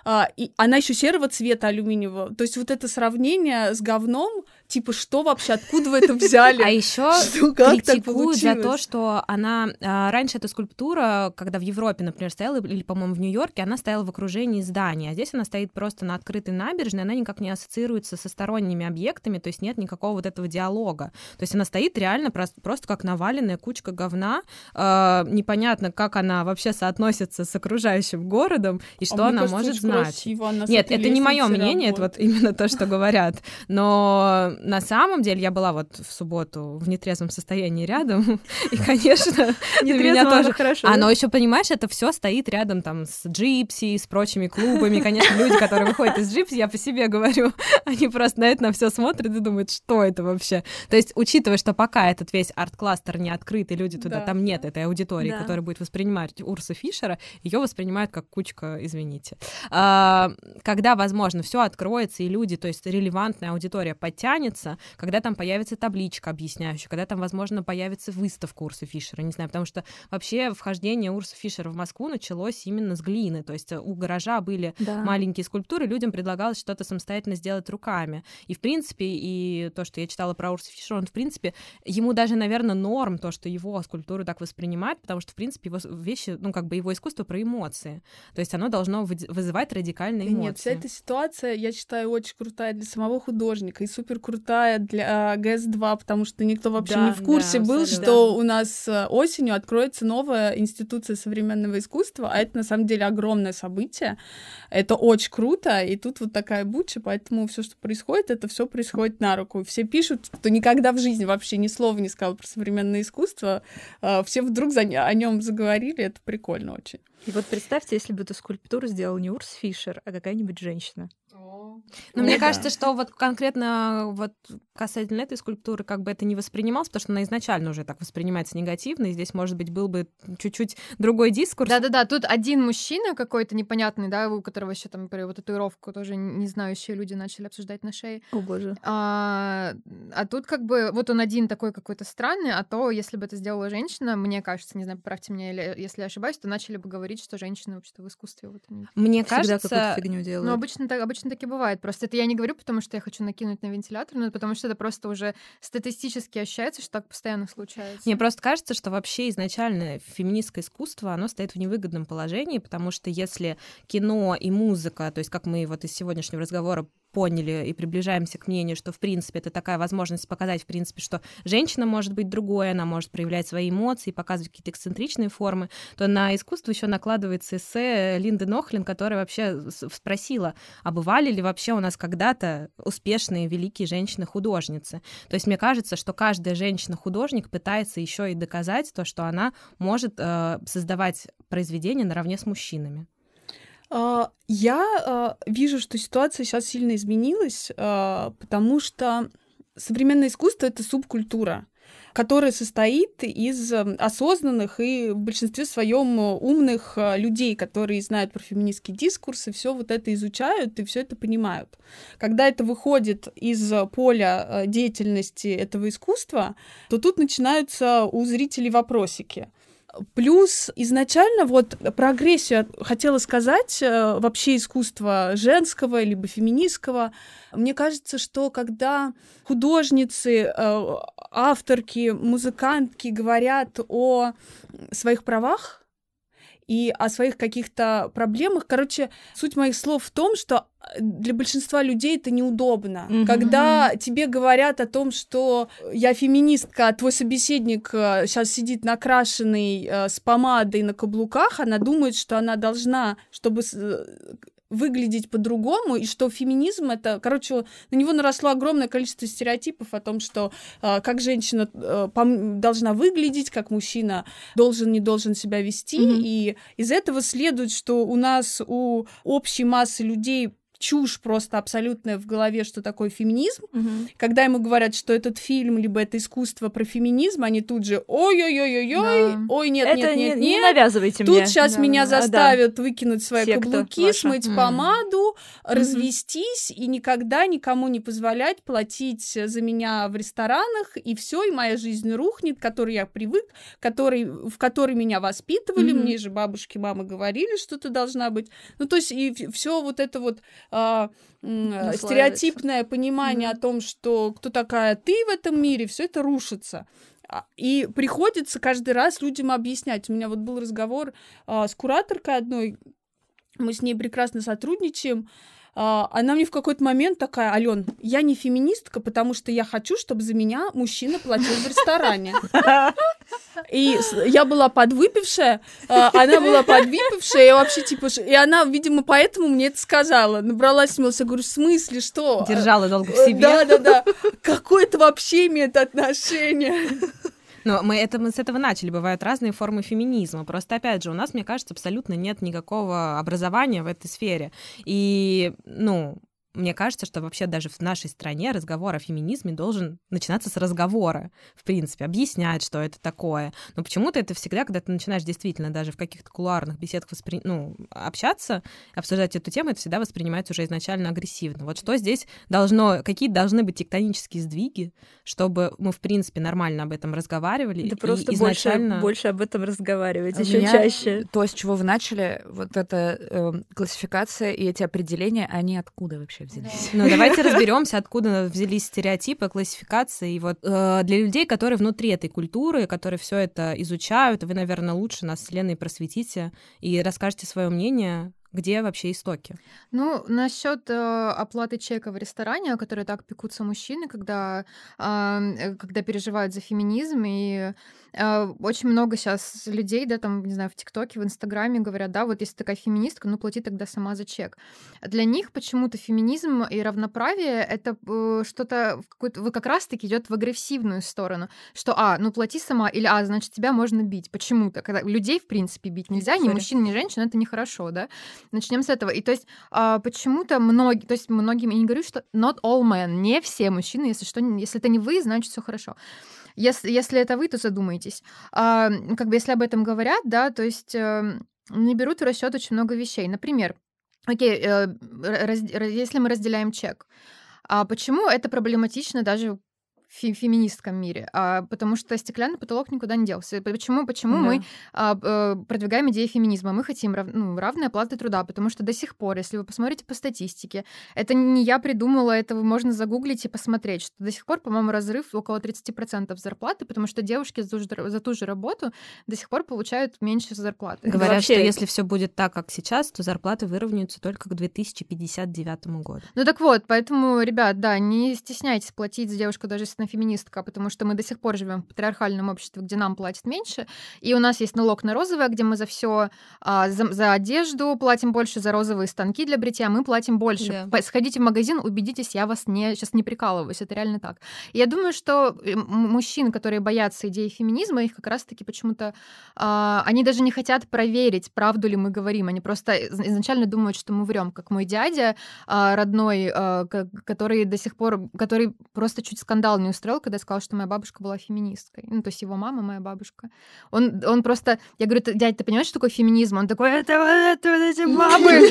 и она еще серого цвета алюминиевого. То есть вот это сравнение с говном, типа, что вообще, откуда вы это взяли? А еще критикуют за то, что она... Раньше эта скульптура, когда в Европе, например, стояла, или, по-моему, в Нью-Йорке, она стояла в окружении зданий, а здесь она стоит просто на открытой набережной, она никак не ассоциируется со сторонними объектами, то есть нет никакого вот этого диалога. То есть она стоит реально просто как наваленная кучка говна. Непонятно, как она вообще соотносится с окружающим городом, и что она может знать. Нет, это не мое мнение, это вот именно то, что говорят. Но на самом деле я была вот в субботу в нетрезвом состоянии рядом, и, конечно, для меня тоже хорошо. Но еще, понимаешь, это все стоит рядом там с Джипси, с прочими клубами. Конечно, люди, которые выходят из Джипси, я по себе говорю, они просто на это на все смотрят и думают, что это вообще. То есть, учитывая, что пока этот весь арт-кластер не открыт, и люди туда, там нет этой аудитории, которая будет воспринимать Урса Фишера, ее воспринимают как кучка, извините. Когда, возможно, все откроется, и люди, то есть релевантная аудитория подтянется, когда там появится табличка объясняющая, когда там, возможно, появится выставка Урса Фишера, не знаю, потому что вообще вхождение Урса Фишера в Москву началось именно с глины, то есть у гаража были маленькие скульптуры, людям предлагалось что-то самостоятельно сделать руками. И, в принципе, и то, что я читала про Урса Фишера, он, в принципе, ему даже, наверное, норм то, что его скульптуру так воспринимают, потому что, в принципе, его вещи, ну, как бы его искусство про эмоции. То есть оно должно вызывать радикальные эмоции. Нет, вся эта ситуация, я считаю, очень крутая для самого художника и супер крутая крутая для ГЭС-2, потому что никто вообще не в курсе был, что у нас осенью откроется новая институция современного искусства, а это на самом деле огромное событие. Это очень круто, и тут вот такая буча, поэтому все, что происходит, это все происходит на руку. Все пишут, кто никогда в жизни вообще ни слова не сказал про современное искусство, все вдруг о нем заговорили, это прикольно очень. И вот представьте, если бы эту скульптуру сделал не Урс Фишер, а какая-нибудь женщина. Но мне кажется, что вот конкретно вот касательно этой скульптуры как бы это не воспринималось, потому что она изначально уже так воспринимается негативно, и здесь, может быть, был бы чуть-чуть другой дискурс. Да-да-да, тут один мужчина какой-то непонятный, да, у которого еще там, например, вот татуировку тоже не знающие люди начали обсуждать на шее. О, боже. А тут как бы вот он один такой какой-то странный, а то, если бы это сделала женщина, мне кажется, не знаю, поправьте меня, если я ошибаюсь, то начали бы говорить, что женщины вообще-то в искусстве вот они... Мне всегда кажется... какую-то фигню делают. Ну, обычно так и бывает. Просто это я не говорю, потому что я хочу накинуть на вентилятор, но потому что это просто уже статистически ощущается, что так постоянно случается. Мне просто кажется, что вообще изначально феминистское искусство, оно стоит в невыгодном положении, потому что если кино и музыка, то есть как мы вот из сегодняшнего разговора поняли и приближаемся к мнению, что, в принципе, это такая возможность показать, в принципе, что женщина может быть другой, она может проявлять свои эмоции, показывать какие-то эксцентричные формы, то на искусство еще накладывается эссе Линды Нохлин, которая вообще спросила, а бывали ли вообще у нас когда-то успешные великие женщины-художницы? То есть мне кажется, что каждая женщина-художник пытается еще и доказать то, что она может создавать произведения наравне с мужчинами. Я вижу, что ситуация сейчас сильно изменилась, потому что современное искусство — это субкультура, которая состоит из осознанных и в большинстве своем умных людей, которые знают про феминистский дискурс и все вот это изучают и все это понимают. Когда это выходит из поля деятельности этого искусства, то тут начинаются у зрителей вопросики. Плюс изначально вот про агрессию хотела сказать, вообще искусство женского либо феминистского. Мне кажется, что когда художницы, авторки, музыкантки говорят о своих правах и о своих каких-то проблемах, короче, суть моих слов в том, что для большинства людей это неудобно. Когда тебе говорят о том, что я феминистка, а твой собеседник сейчас сидит накрашенный с помадой на каблуках, она думает, что она должна, чтобы выглядеть по-другому, и что феминизм — это, короче, на него наросло огромное количество стереотипов о том, что как женщина должна выглядеть, как мужчина должен, не должен себя вести, и из этого следует, что у нас, у общей массы людей чушь просто абсолютная в голове, что такое феминизм. Когда ему говорят, что этот фильм, либо это искусство про феминизм, они тут же ой-ой-ой-ой-ой, ой, нет, не навязывайте тут мне. Тут сейчас меня заставят выкинуть свои каблуки, смыть помаду, развестись и никогда никому не позволять платить за меня в ресторанах, и все, и моя жизнь рухнет, к которой я привык, в которой меня воспитывали, мне же бабушки, мамы говорили, что ты должна быть. Ну, то есть, и все вот это вот стереотипное понимание о том, что кто такая ты в этом мире, все это рушится. И приходится каждый раз людям объяснять. У меня вот был разговор с кураторкой одной, мы с ней прекрасно сотрудничаем. Она мне в какой-то момент такая: Алён, я не феминистка, потому что я хочу, чтобы за меня мужчина платил в ресторане. И я была подвыпившая, она была подвыпившая, и вообще, типа, и она, видимо, поэтому мне это сказала. Набралась смелости, я говорю, в смысле, что? Держала долго в себе. Да. Какое это вообще имеет отношение? Но мы с этого начали. Бывают разные формы феминизма. Просто, опять же, у нас, мне кажется, абсолютно нет никакого образования в этой сфере. И, мне кажется, что вообще даже в нашей стране разговор о феминизме должен начинаться с разговора, в принципе, объяснять, что это такое. Но почему-то это всегда, когда ты начинаешь действительно даже в каких-то кулуарных беседах общаться, обсуждать эту тему, это всегда воспринимается уже изначально агрессивно. Вот что здесь какие должны быть тектонические сдвиги, чтобы мы, в принципе, нормально об этом разговаривали. Да просто изначально... больше об этом разговаривать, еще чаще. То, с чего вы начали, вот эта классификация и эти определения, они откуда вообще взялись? Ну, давайте разберемся, откуда взялись стереотипы, классификации. И вот для людей, которые внутри этой культуры, которые все это изучают, вы, наверное, лучше нас с Леной просветите и расскажете свое мнение, Где вообще истоки? Ну, насчет оплаты чека в ресторане, о которой так пекутся мужчины, когда переживают за феминизм, и очень много сейчас людей, да, там, не знаю, в ТикТоке, в Инстаграме говорят, да, вот если ты такая феминистка, ну, плати тогда сама за чек. Для них почему-то феминизм и равноправие — это что-то вот как раз-таки идет в агрессивную сторону, что, ну, плати сама, или, значит, тебя можно бить. Почему-то. Когда людей, в принципе, бить нельзя, ни мужчин, ни женщин, это нехорошо, да. Начнем с этого. И то есть почему-то многим, я не говорю, что not all men, не все мужчины, если это не вы, значит, все хорошо. Если это вы, то задумайтесь. Как бы если об этом говорят, да, то есть не берут в расчет очень много вещей. Например, окей, если мы разделяем чек, почему это проблематично даже в феминистском мире? Потому что стеклянный потолок никуда не делся. Почему мы продвигаем идеи феминизма? Мы хотим равной оплаты труда, потому что до сих пор, если вы посмотрите по статистике, это не я придумала, это можно загуглить и посмотреть, что до сих пор, по-моему, разрыв около 30% зарплаты, потому что девушки за ту же работу до сих пор получают меньше зарплаты. Говорят, что если все будет так, как сейчас, то зарплаты выровняются только к 2059 году. Ну так вот, поэтому, ребят, да, не стесняйтесь платить за девушку, даже если феминистка, потому что мы до сих пор живем в патриархальном обществе, где нам платят меньше, и у нас есть налог на розовое, где мы за все, за одежду платим больше, за розовые станки для бритья мы платим больше. Да. Сходите в магазин, убедитесь, я вас сейчас не прикалываюсь, это реально так. И я думаю, что мужчин, которые боятся идеи феминизма, их как раз-таки почему-то они даже не хотят проверить, правду ли мы говорим, они просто изначально думают, что мы врем, как мой дядя родной, который до сих пор, который просто чуть скандал не устроил, когда я сказала, что моя бабушка была феминисткой. Ну, то есть его мама, моя бабушка. Он просто... Я говорю, дядя, ты понимаешь, что такое феминизм? Он такой, это эти бабы.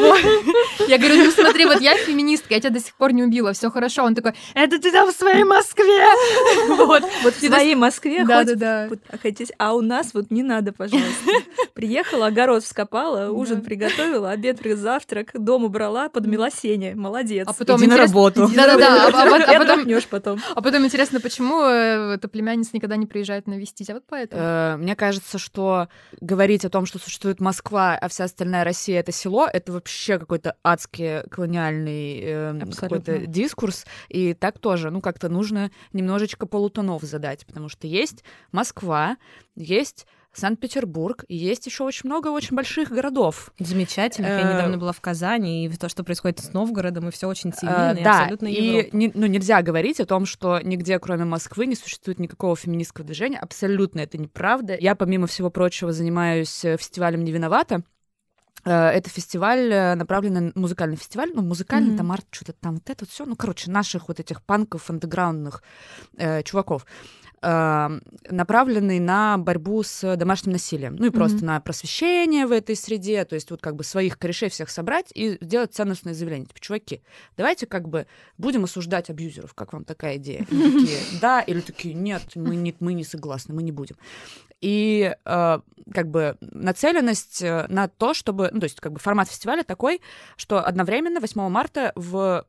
Я говорю, ну смотри, вот я феминистка, я тебя до сих пор не убила, все хорошо. Он такой, это ты там в своей Москве. Вот в своей Москве хоть. А у нас вот не надо, пожалуйста. Приехала, огород вскопала, ужин приготовила, обед, завтрак, дом убрала, подмела сени. Молодец. Иди на работу. Да-да-да. А потом интересно, почему эта племянница никогда не приезжает навестить, а вот поэтому. Мне кажется, что говорить о том, что существует Москва, а вся остальная Россия — это село, это вообще какой-то адский колониальный какой-то дискурс, и так тоже, как-то нужно немножечко полутонов задать, потому что есть Москва, есть Санкт-Петербург, и есть еще очень много очень больших городов. Замечательно. Я недавно была в Казани, и то, что происходит с Новгородом, и все очень цивильно, и абсолютно Европа. И нельзя говорить о том, что нигде, кроме Москвы, не существует никакого феминистского движения. Абсолютно это неправда. Я, помимо всего прочего, занимаюсь фестивалем «Не виновата». Это фестиваль, направленный музыкальный фестиваль, музыкальный, там арт, что-то там, вот это вот все, наших вот этих панков, андеграундных чуваков, направленный на борьбу с домашним насилием, и просто на просвещение в этой среде, то есть вот как бы своих корешей всех собрать и сделать ценностное заявление. Типа, чуваки, давайте как бы будем осуждать абьюзеров, как вам такая идея? Или такие, да, или такие, нет, мы не согласны, мы не будем. И как бы нацеленность на то, чтобы... то есть как бы формат фестиваля такой, что одновременно 8 марта в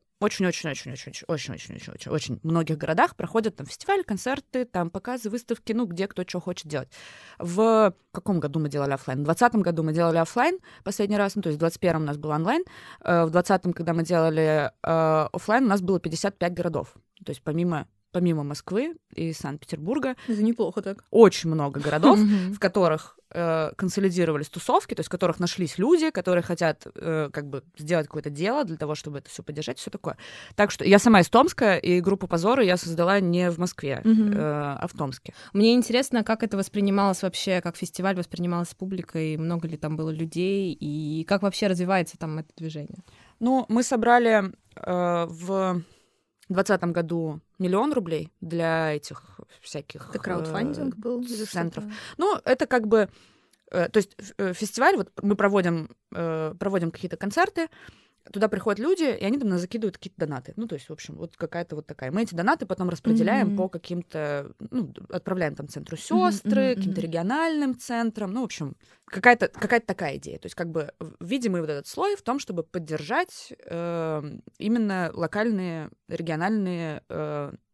очень многих городах проходят там фестивали, концерты, там показы, выставки, где кто что хочет делать. В каком году мы делали офлайн? В 2020 году мы делали офлайн последний раз, то есть в 2021 у нас был онлайн. В 2020, когда мы делали офлайн, у нас было 55 городов. То есть помимо Москвы и Санкт-Петербурга. Это неплохо так. Очень много городов, в которых консолидировались тусовки, то есть в которых нашлись люди, которые хотят как бы сделать какое-то дело для того, чтобы это все поддержать, все такое. Так что я сама из Томска, и группу «Позоры» я создала не в Москве, а в Томске. Мне интересно, как это воспринималось вообще, как фестиваль воспринимался публикой, много ли там было людей, и как вообще развивается там это движение? Мы собрали в 2020 году 1 000 000 рублей для этих всяких... Это краудфандинг был? Центров. Это как бы... То есть фестиваль, вот мы проводим какие-то концерты, туда приходят люди, и они там закидывают какие-то донаты. То есть, в общем, вот какая-то вот такая. Мы эти донаты потом распределяем по каким-то... отправляем там центру сестры, каким-то региональным центрам. В общем, какая-то такая идея. То есть, как бы, видимый вот этот слой в том, чтобы поддержать именно локальные, региональные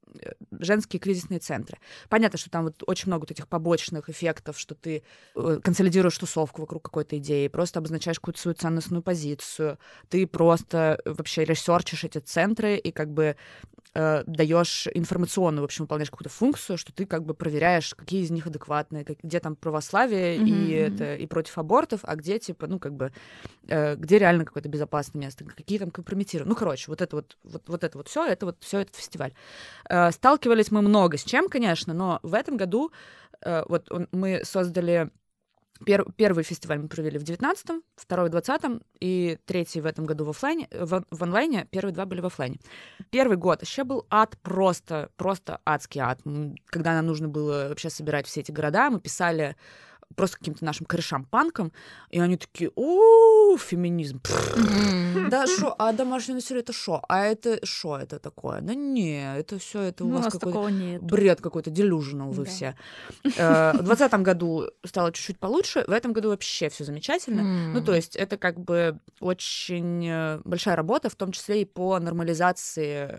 женские кризисные центры. Понятно, что там вот очень много вот этих побочных эффектов, что ты консолидируешь тусовку вокруг какой-то идеи, просто обозначаешь какую-то свою ценностную позицию, ты просто вообще ресерчишь эти центры и как бы даешь информационную, в общем, выполняешь какую-то функцию, что ты как бы проверяешь, какие из них адекватные, где там православие и против абортов, а где, типа, ну, как бы, где реально какое-то безопасное место, какие там компрометируют. Ну, короче, вот это вот все этот фестиваль. Сталкивались мы много с чем, конечно, но в этом году вот мы создали... Первый фестиваль мы провели в 19-м, второй в 20-м, и третий в этом году в онлайне, первые 2 были в офлайне. Первый год еще был ад, просто адский ад. Когда нам нужно было вообще собирать все эти города, мы писали просто каким-то нашим корешам-панкам, и они такие: феминизм. Да шо, а домашнее насилие это шо? А это шо это такое? Да не, это все это у вас какой-то бред какой-то, delusional вы все. В 2020 году стало чуть-чуть получше, в этом году вообще все замечательно. Ну, то есть это как бы очень большая работа, в том числе и по нормализации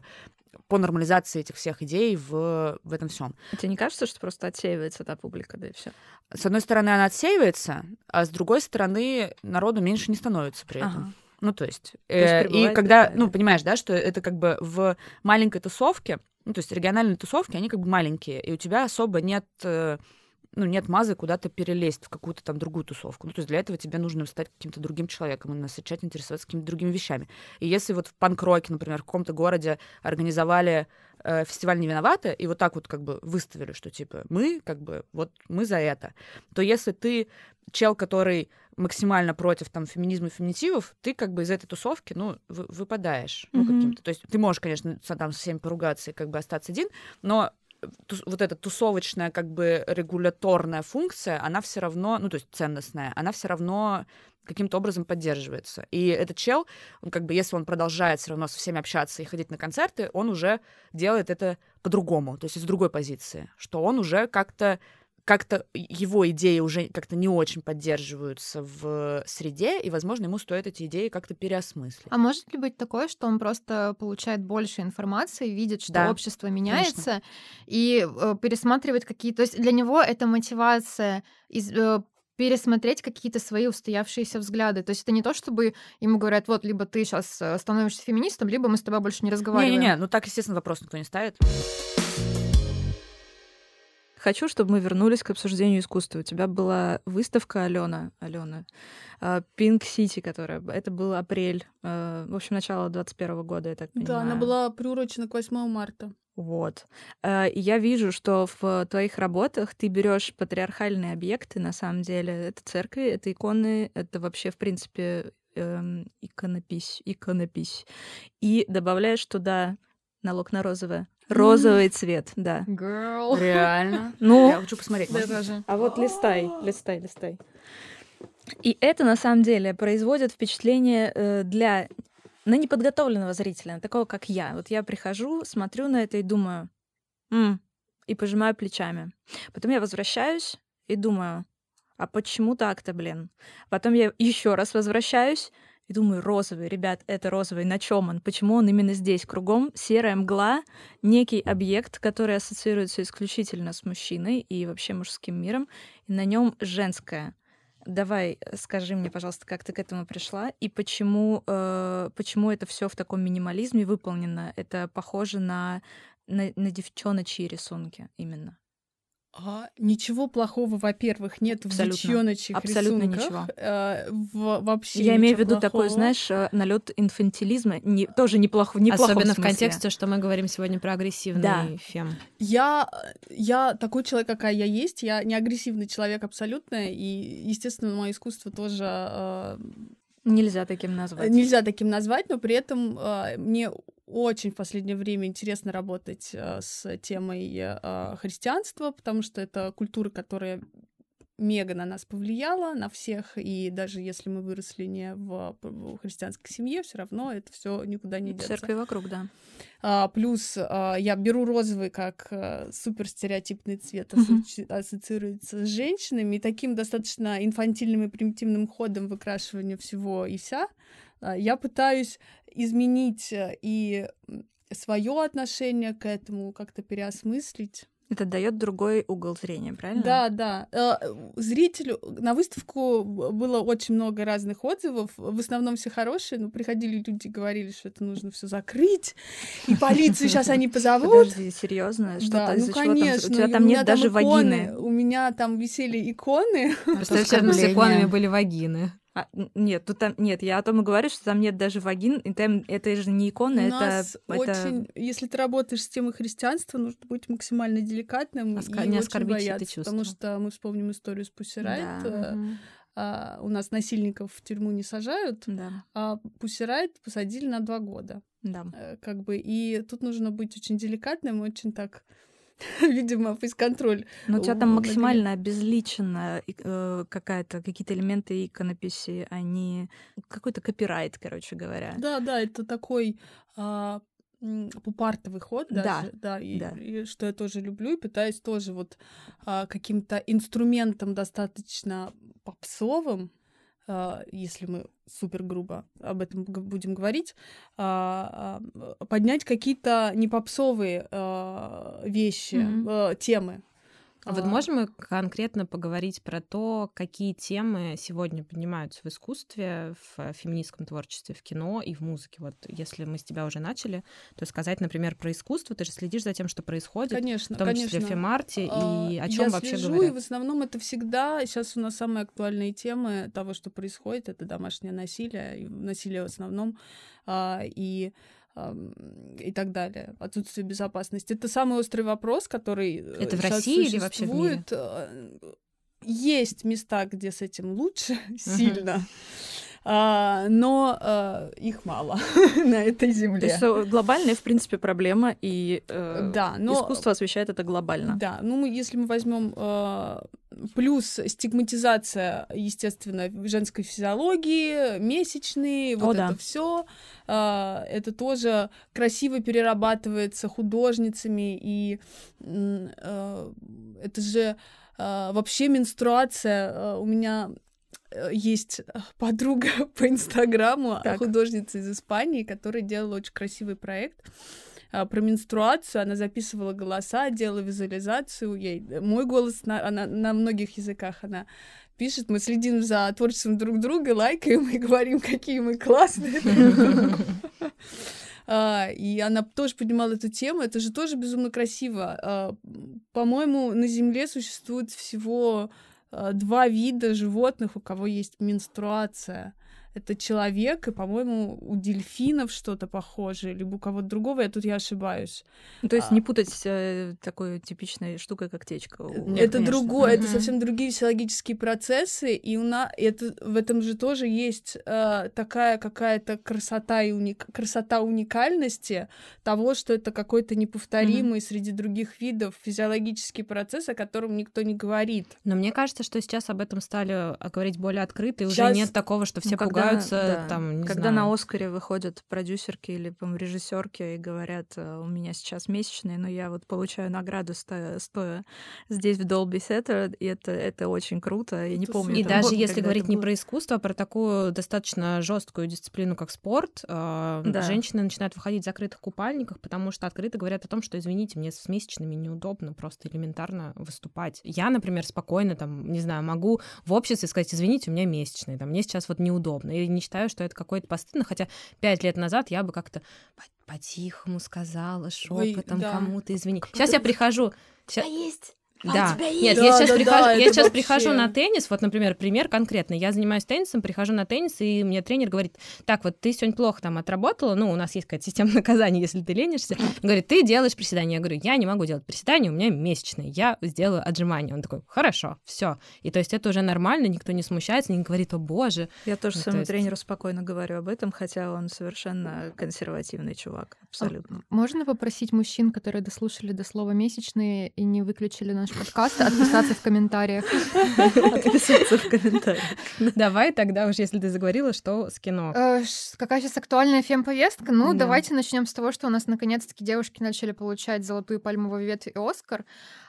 этих всех идей в этом всем. Тебе не кажется, что просто отсеивается та публика, да и все? С одной стороны, она отсеивается, а с другой стороны, народу меньше не становится при этом. Ну, то есть и когда, ну, понимаешь, да, что это как бы в маленькой тусовке, ну, то есть региональные тусовки, они как бы маленькие, и у тебя особо нет мазы куда-то перелезть в какую-то там другую тусовку. Ну, то есть для этого тебе нужно стать каким-то другим человеком и начать интересоваться какими-то другими вещами. И если вот в панк-роке, например, в каком-то городе организовали фестиваль «Не виноваты», и вот так вот как бы выставили, что типа мы как бы вот мы за это, то если ты чел, который максимально против там феминизма и феминитивов, ты как бы из этой тусовки, ну, выпадаешь. Ну, каким-то. То есть ты можешь, конечно, там со всеми поругаться и как бы остаться один, но вот эта тусовочная, как бы регуляторная функция, она все равно, ну, то есть ценностная, она все равно каким-то образом поддерживается. И этот чел, он как бы, если он продолжает все равно со всеми общаться и ходить на концерты, он уже делает это по-другому, то есть из другой позиции, что он уже как-то его идеи уже как-то не очень поддерживаются в среде, и, возможно, ему стоит эти идеи как-то переосмыслить. А может ли быть такое, что он просто получает больше информации, видит, что общество меняется, конечно, и пересматривает какие-то... То есть для него это мотивация пересмотреть какие-то свои устоявшиеся взгляды. То есть это не то, чтобы ему говорят: вот, либо ты сейчас становишься феминистом, либо мы с тобой больше не разговариваем. Не-не-не, ну так, естественно, вопрос никто не ставит. Хочу, чтобы мы вернулись к обсуждению искусства. У тебя была выставка, Алена, Pink City, которая... Это был апрель, в общем, начало 2021 года, я так понимаю. Да, она была приурочена к 8 марта. Вот. И я вижу, что в твоих работах ты берешь патриархальные объекты, на самом деле. Это церкви, это иконы, это вообще, в принципе, иконопись. И добавляешь туда налог на розовое. Розовый цвет, да. Girl. Реально? Ну, я хочу посмотреть. Да, тоже. А вот листай. И это, на самом деле, производит впечатление на неподготовленного зрителя, такого, как я. Вот я прихожу, смотрю на это и думаю, и пожимаю плечами. Потом я возвращаюсь и думаю, а почему так-то, блин? Потом я еще раз возвращаюсь и думаю, розовый, ребят, это розовый, на чем он? Почему он именно здесь? Кругом серая мгла, некий объект, который ассоциируется исключительно с мужчиной и вообще мужским миром, и на нем женское. Давай, скажи мне, пожалуйста, как ты к этому пришла, и почему это все в таком минимализме выполнено? Это похоже на девчоночьи рисунки именно. Ничего плохого, во-первых, нет в девчоночьих абсолютно рисунках. Ничего. Вообще я имею в виду плохого. Такой, знаешь, налет инфантилизма, тоже неплохого Особенно смысле. В контексте, что мы говорим сегодня про агрессивный фем. Я такой человек, какая я есть. Я не агрессивный человек абсолютно. И, естественно, мое искусство тоже... Нельзя таким назвать. Нельзя таким назвать, но при этом мне очень в последнее время интересно работать с темой христианства, потому что это культура, которая мега на нас повлияла, на всех, и даже если мы выросли не в христианской семье, все равно это все никуда не деться. Церкви вокруг, да. Плюс я беру розовый как суперстереотипный цвет, ассоциируется с женщинами, и таким достаточно инфантильным и примитивным ходом выкрашивания всего и вся я пытаюсь изменить и свое отношение к этому как-то переосмыслить. Это дает другой угол зрения, правильно? Да. Зрителю на выставку было очень много разных отзывов, в основном все хорошие, но приходили люди и говорили, что это нужно все закрыть, и полицию сейчас они позовут. Подожди, серьезно? Что-то из-за чего там? У тебя там нет даже вагины. У меня там висели иконы. Представляете, с иконами были вагины. Нет, я о том и говорю, что там нет даже вагин, и там, это же не икона, если ты работаешь с темой христианства, нужно быть максимально деликатным и не очень бояться, потому что мы вспомним историю с Pussy Riot. У нас насильников в тюрьму не сажают, а Pussy Riot посадили на 2 года. И тут нужно быть очень деликатным, очень так... Видимо, фейс-контроль. Но у тебя там максимально обезличена какие-то элементы иконописи, они какой-то копирайт, короче говоря. Да, это такой пупартовый ход даже, и что я тоже люблю, и пытаюсь тоже вот каким-то инструментом достаточно попсовым, если мы супер грубо об этом будем говорить, поднять какие-то непопсовые вещи, темы. А вот можем мы конкретно поговорить про то, какие темы сегодня поднимаются в искусстве, в феминистском творчестве, в кино и в музыке? Вот если мы с тебя уже начали, то сказать, например, про искусство. Ты же следишь за тем, что происходит, конечно, в том числе в фемарте, и о чем вообще говорят? И в основном это всегда... Сейчас у нас самые актуальные темы того, что происходит, это домашнее насилие, и насилие в основном, и так далее, отсутствие безопасности. Это самый острый вопрос, который это в России или вообще в мире? Есть места, где с этим лучше, сильно, но их мало на этой земле. То есть глобальная, в принципе, проблема, и искусство освещает это глобально. Да, если мы возьмем плюс стигматизация, естественно, женской физиологии, месячные, это все, это тоже красиво перерабатывается художницами, и это же вообще менструация. У меня есть подруга по Инстаграму, художница из Испании, которая делала очень красивый проект про менструацию. Она записывала голоса, делала визуализацию. Мой голос она на многих языках она пишет. Мы следим за творчеством друг друга, лайкаем и говорим, какие мы классные. И она тоже поднимала эту тему. Это же тоже безумно красиво. По-моему, на Земле существует всего 2 вида животных, у кого есть менструация. Это человек, и, по-моему, у дельфинов что-то похожее, либо у кого-то другого, я ошибаюсь. То есть не путать такой типичной штукой, как течка. Это другое, это совсем другие физиологические процессы, и в этом же тоже есть такая какая-то красота уникальности того, что это какой-то неповторимый среди других видов физиологический процесс, о котором никто не говорит. Но мне кажется, что сейчас об этом стали говорить более открыто, и уже нет такого, что все пугаются. Когда на Оскаре выходят продюсерки или режиссерки и говорят, у меня сейчас месячные, но я получаю награду, стоя здесь в Dolby Theatre, и это очень круто. Я не помню. И даже если говорить не про искусство, а про такую достаточно жесткую дисциплину, как спорт, женщины начинают выходить в закрытых купальниках, потому что открыто говорят о том, что, извините, мне с месячными неудобно просто элементарно выступать. Я, например, спокойно, могу в обществе сказать, извините, у меня месячные, мне сейчас неудобно. Я не считаю, что это какое-то постыдно, хотя 5 лет назад я бы как-то по-тихому сказала, шепотом кому-то извини. Сейчас я прихожу... есть... Да, нет, я сейчас прихожу на теннис, например, пример конкретный. Я занимаюсь теннисом, прихожу на теннис, и мне тренер говорит, так, ты сегодня плохо отработала, у нас есть какая-то система наказаний, если ты ленишься. Он говорит, ты делаешь приседания. Я говорю, я не могу делать приседания, у меня месячные, я сделаю отжимания. Он такой, хорошо, все. И то есть это уже нормально, никто не смущается, не говорит, о боже. Я тоже своему тренеру спокойно говорю об этом, хотя он совершенно консервативный чувак, абсолютно. Можно попросить мужчин, которые дослушали до слова месячные и не выключили наш подкаст, отписаться в комментариях. Отписаться в комментариях. Давай тогда уж, если ты заговорила, что с кино. Какая сейчас актуальная фем-повестка? Давайте начнем с того, что у нас наконец-таки девушки начали получать «Золотую пальмовую ветвь» и «Оскар».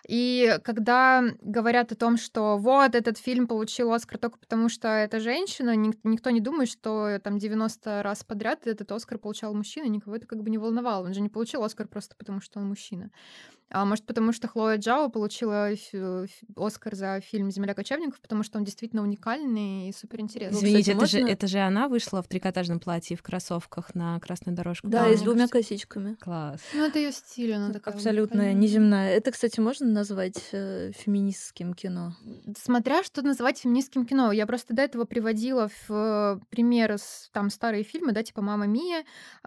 И когда говорят о том, что вот этот фильм получил Оскар только потому, что это женщина, никто не думает, что там 90 раз подряд этот Оскар получал мужчина, никого это как бы не волновало. Он же не получил Оскар просто потому, что он мужчина. А может, потому что Хлоя Джао получила Оскар за фильм «Земля кочевников», потому что он действительно уникальный и суперинтересный. Извините, это же она вышла в трикотажном платье и в кроссовках на красную дорожку. Да, и с 2 косичками. Класс. Ну, это ее стиль, она такая. Абсолютно неземная. Это, кстати, можно назвать феминистским кино? Смотря что называть феминистским кино. Я просто до этого приводила в пример там старые фильмы, да, типа «Мамма Мия»,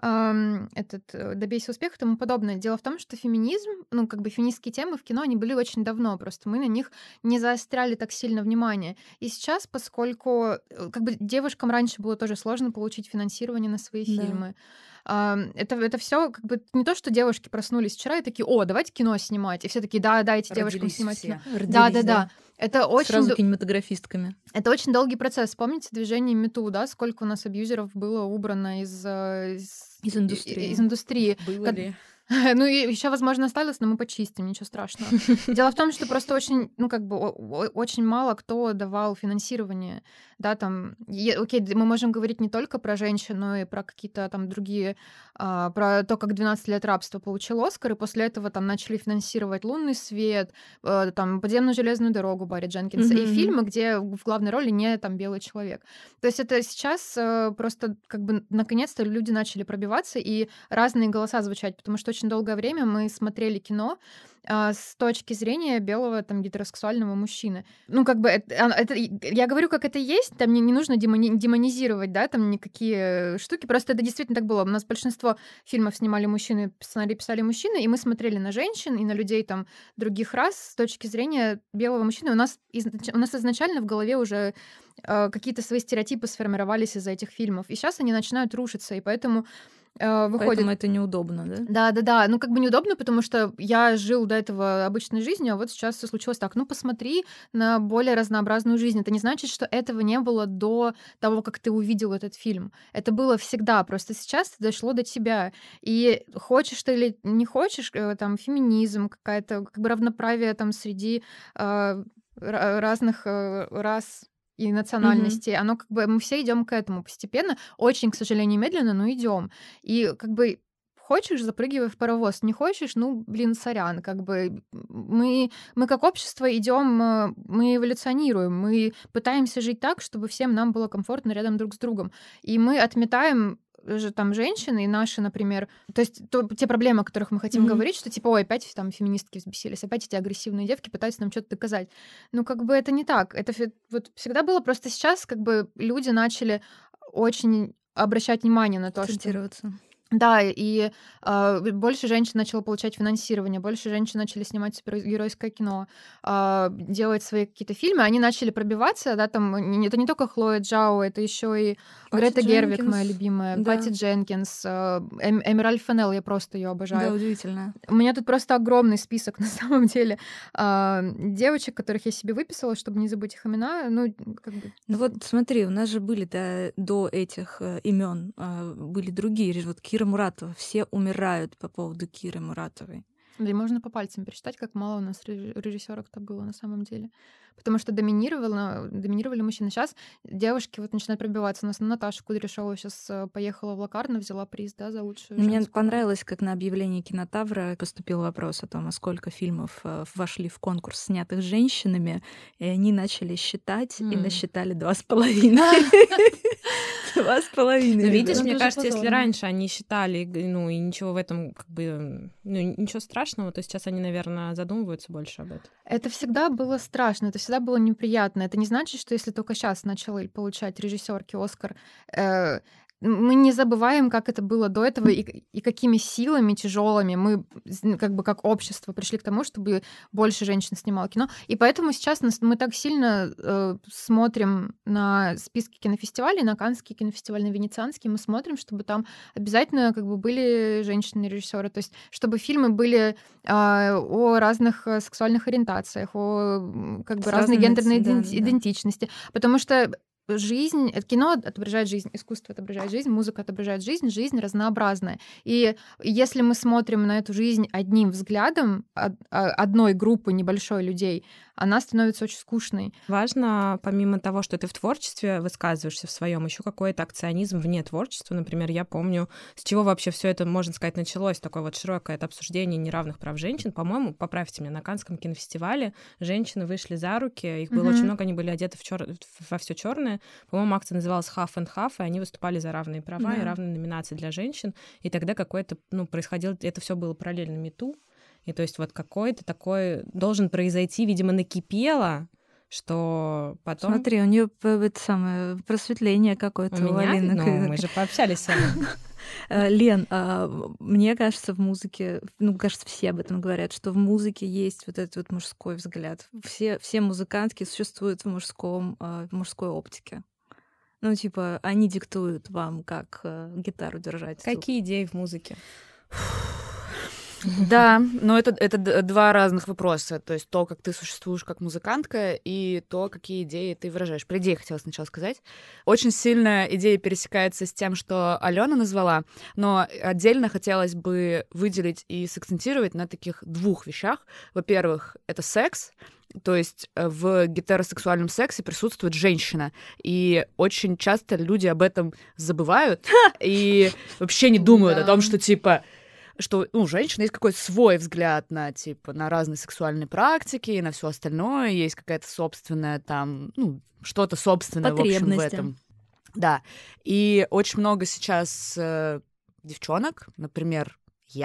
«Добейся успеха» и тому подобное. Дело в том, что феминизм, ну, как бы феминистские темы в кино, они были очень давно, просто мы на них не заостряли так сильно внимание. И сейчас, поскольку как бы девушкам раньше было тоже сложно получить финансирование на свои фильмы, это все как бы не то, что девушки проснулись вчера и такие: о, давайте кино снимать. И все такие: да, дайте девушкам снимать кино. Да. Это очень сразу кинематографистками. Это очень долгий процесс. Помните движение МeToo, да? Сколько у нас абьюзеров было убрано из индустрии. Было ли? Ну, и еще, возможно, осталось, но мы почистим, ничего страшного. Дело в том, что просто очень, ну, как бы, очень мало кто давал финансирование, да, там, окей, мы можем говорить не только про женщин, но и про какие-то там другие, про то, как 12 лет рабства получил Оскар, и после этого там начали финансировать «Лунный свет», там, «Подземную железную дорогу» Барри Дженкинса, и фильмы, где в главной роли не там белый человек. То есть это сейчас просто, как бы, наконец-то люди начали пробиваться, и разные голоса звучать, потому что очень долгое время мы смотрели кино с точки зрения белого там гетеросексуального мужчины. Ну, как бы, это я говорю, как это есть, там не нужно демонизировать, да, там никакие штуки, просто это действительно так было. У нас большинство фильмов снимали мужчины, сценарий писали мужчины, и мы смотрели на женщин и на людей там других рас с точки зрения белого мужчины. У нас изначально в голове уже какие-то свои стереотипы сформировались из-за этих фильмов, и сейчас они начинают рушиться, и поэтому выходит... Поэтому это неудобно, да? Да. Ну, как бы неудобно, потому что я жил до этого обычной жизнью, а вот сейчас все случилось так. Ну, посмотри на более разнообразную жизнь. Это не значит, что этого не было до того, как ты увидел этот фильм. Это было всегда. Просто сейчас это дошло до тебя. И хочешь ты или не хочешь, там, феминизм, какая-то как бы равноправие там среди разных рас и национальности, оно как бы мы все идем к этому постепенно, очень, к сожалению, медленно, но идем. И как бы хочешь, запрыгивай в паровоз, не хочешь, ну, блин, сорян, как бы мы как общество идем, мы эволюционируем, мы пытаемся жить так, чтобы всем нам было комфортно рядом друг с другом, и мы отметаем же там женщины и наши, например, то есть те проблемы, о которых мы хотим говорить, что типа, ой, опять там феминистки взбесились, опять эти агрессивные девки пытаются нам что-то доказать. Ну, как бы это не так. Это вот всегда было, просто сейчас как бы люди начали очень обращать внимание на то, что... Да, и больше женщин начало получать финансирование, больше женщин начали снимать супергеройское кино, делать свои какие-то фильмы, они начали пробиваться, да, там это не только Хлоя Джао, это еще и Грета Гервиг, моя любимая, да. Патти Дженкинс, Эмеральд Феннелл, я просто ее обожаю. Да, удивительно. У меня тут просто огромный список на самом деле девочек, которых я себе выписала, чтобы не забыть их имена. Ну, как бы... ну вот смотри, у нас же были до этих имен были другие, вот Кира Муратова. Все умирают по поводу Киры Муратовой. Да и можно по пальцам пересчитать, как мало у нас режиссерок-то было на самом деле. Потому что доминировали мужчины. Сейчас девушки вот начинают пробиваться. У нас Наташа Кудряшова сейчас поехала в Локарно, взяла приз, да, за лучшую женскую. Мне понравилось, как на объявлении Кинотавра поступил вопрос о том, а сколько фильмов вошли в конкурс, снятых женщинами, и они начали считать, и насчитали 2,5. 2,5. Видишь, мне кажется, если раньше они считали, ну, и ничего в этом, как бы, ну, ничего страшного, то сейчас они, наверное, задумываются больше об этом. Это всегда было страшно, это всегда было неприятно. Это не значит, что если только сейчас начала получать режиссерки Оскар, мы не забываем, как это было до этого и какими силами тяжелыми мы, как бы, как общество пришли к тому, чтобы больше женщин снимало кино. И поэтому сейчас мы так сильно смотрим на списки кинофестивалей, на Каннский кинофестиваль, на Венецианский, мы смотрим, чтобы там обязательно как бы были женщины-режиссеры, то есть чтобы фильмы были о разных сексуальных ориентациях, о как бы разной гендерной идентичности, потому что жизнь, кино отображает жизнь, искусство отображает жизнь, музыка отображает жизнь, жизнь разнообразная. И если мы смотрим на эту жизнь одним взглядом одной группы небольшой людей, она становится очень скучной. Важно, помимо того, что ты в творчестве высказываешься в своем, еще какой-то акционизм вне творчества. Например, я помню, с чего вообще все это, можно сказать, началось, такое вот широкое обсуждение неравных прав женщин. По-моему, поправьте меня, на Каннском кинофестивале женщины вышли за руки, их было очень много, они были одеты во все черное. По-моему, акция называлась Half and Half, и они выступали за равные права и равные номинации для женщин. И тогда какое-то, происходило, это все было параллельно МИТУ. И то есть вот какой-то такой должен произойти, видимо, накипело, что потом... Смотри, у нее это самое просветление какое-то у Алины. Мы же пообщались с вами. Лен, мне кажется, в музыке, кажется, все об этом говорят, что в музыке есть вот этот вот мужской взгляд. Все музыкантки существуют в мужской оптике. Они диктуют вам, как гитару держать. Какие идеи в музыке? Да, но это два разных вопроса. То есть то, как ты существуешь как музыкантка, и то, какие идеи ты выражаешь. Про идеи хотела сначала сказать. Очень сильно идея пересекается с тем, что Алена назвала, но отдельно хотелось бы выделить и сакцентировать на таких двух вещах. Во-первых, это секс. То есть в гетеросексуальном сексе присутствует женщина, и очень часто люди об этом забывают и вообще не думают о том, что что у женщины есть какой-то свой взгляд на разные сексуальные практики и на все остальное, есть какая-то собственная что-то собственное, в общем, в этом. Да. И очень много сейчас девчонок, например,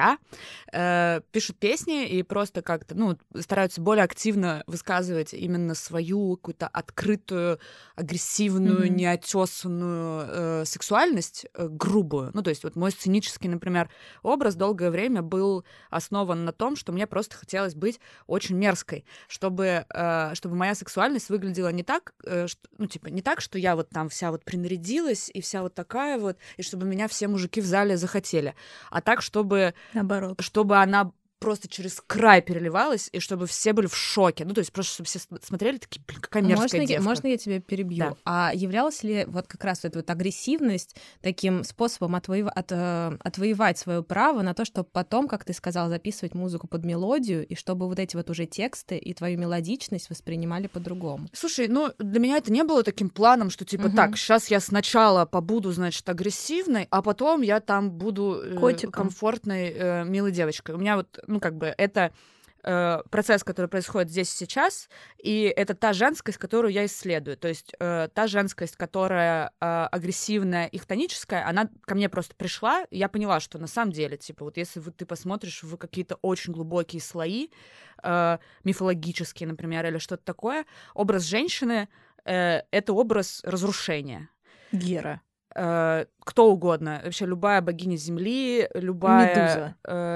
пишут песни и просто как-то, стараются более активно высказывать именно свою какую-то открытую, агрессивную, неотесанную сексуальность, грубую. То есть вот мой сценический, например, образ долгое время был основан на том, что мне просто хотелось быть очень мерзкой, чтобы моя сексуальность выглядела не так, не так, что я вот там вся вот принарядилась и вся вот такая вот, и чтобы меня все мужики в зале захотели, а так, чтобы наоборот, чтобы она просто через край переливалась, и чтобы все были в шоке. То есть просто, чтобы все смотрели такие, какая мерзкая девка. Можно я тебя перебью? Да. А являлась ли вот как раз эта вот агрессивность таким способом отвоевать свое право на то, чтобы потом, как ты сказала, записывать музыку под мелодию, и чтобы вот эти вот уже тексты и твою мелодичность воспринимали по-другому? Слушай, для меня это не было таким планом, что так, сейчас я сначала побуду, значит, агрессивной, а потом я там буду комфортной, милой девочкой. У меня вот это процесс, который происходит здесь и сейчас, и это та женскость, которую я исследую. То есть та женскость, которая агрессивная и хтоническая, она ко мне просто пришла, и я поняла, что на самом деле, если ты посмотришь в какие-то очень глубокие слои, мифологические, например, или что-то такое, образ женщины — это образ разрушения. Гера. Кто угодно, вообще любая богиня земли, любая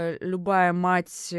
мать,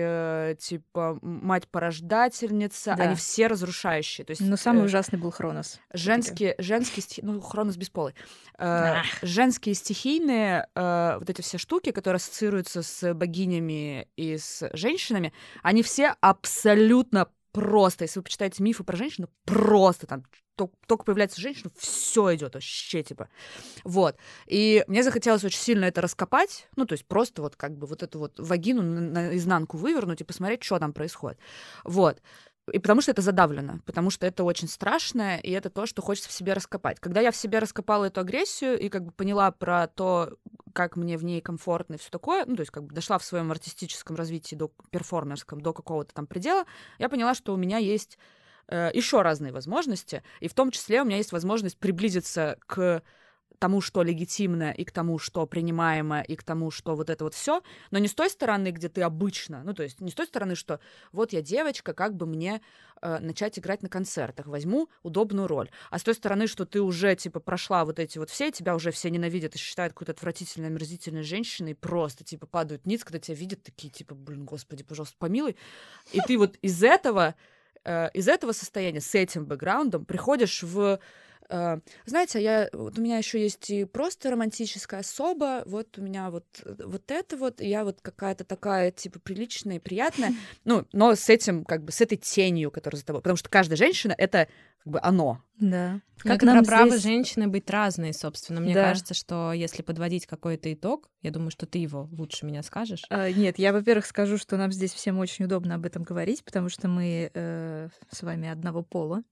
мать-порождательница, да. Они все разрушающие. То есть, но самый ужасный был Хронос. Женские Хронос бесполый. Женские стихийные вот эти все штуки, которые ассоциируются с богинями и с женщинами, они все абсолютно просто, если вы почитаете мифы про женщину, просто там только появляется женщина, все идет вообще, Вот. И мне захотелось очень сильно это раскопать, то есть просто вот эту вот вагину наизнанку вывернуть и посмотреть, что там происходит. Вот. И потому что это задавлено, потому что это очень страшно, и это то, что хочется в себе раскопать. Когда я в себе раскопала эту агрессию и поняла про то, как мне в ней комфортно и все такое, то есть дошла в своем артистическом развитии перформерском до какого-то там предела, я поняла, что у меня есть еще разные возможности, и в том числе у меня есть возможность приблизиться к тому, что легитимно, и к тому, что принимаемо, и к тому, что вот это вот все, но не с той стороны, где ты обычно, то есть не с той стороны, что вот я девочка, как бы мне начать играть на концертах, возьму удобную роль, а с той стороны, что ты уже, прошла вот эти вот все, тебя уже все ненавидят и считают какой-то отвратительной, омерзительной женщиной, и просто, падают ниц, когда тебя видят, такие, господи, пожалуйста, помилуй, и ты вот из этого состояния, с этим бэкграундом приходишь в знаете, вот у меня еще есть и просто романтическая особа, вот у меня вот это вот, и я вот какая-то такая, типа, приличная и приятная, ну, но с этим, как бы, с этой тенью, которая за тобой, потому что каждая женщина — это, как бы, оно. Да. Как нам про право женщины быть разной, собственно. Мне кажется, что если подводить какой-то итог, я думаю, что ты его лучше меня скажешь. Нет, я, во-первых, скажу, что нам здесь всем очень удобно об этом говорить, потому что мы с вами одного пола.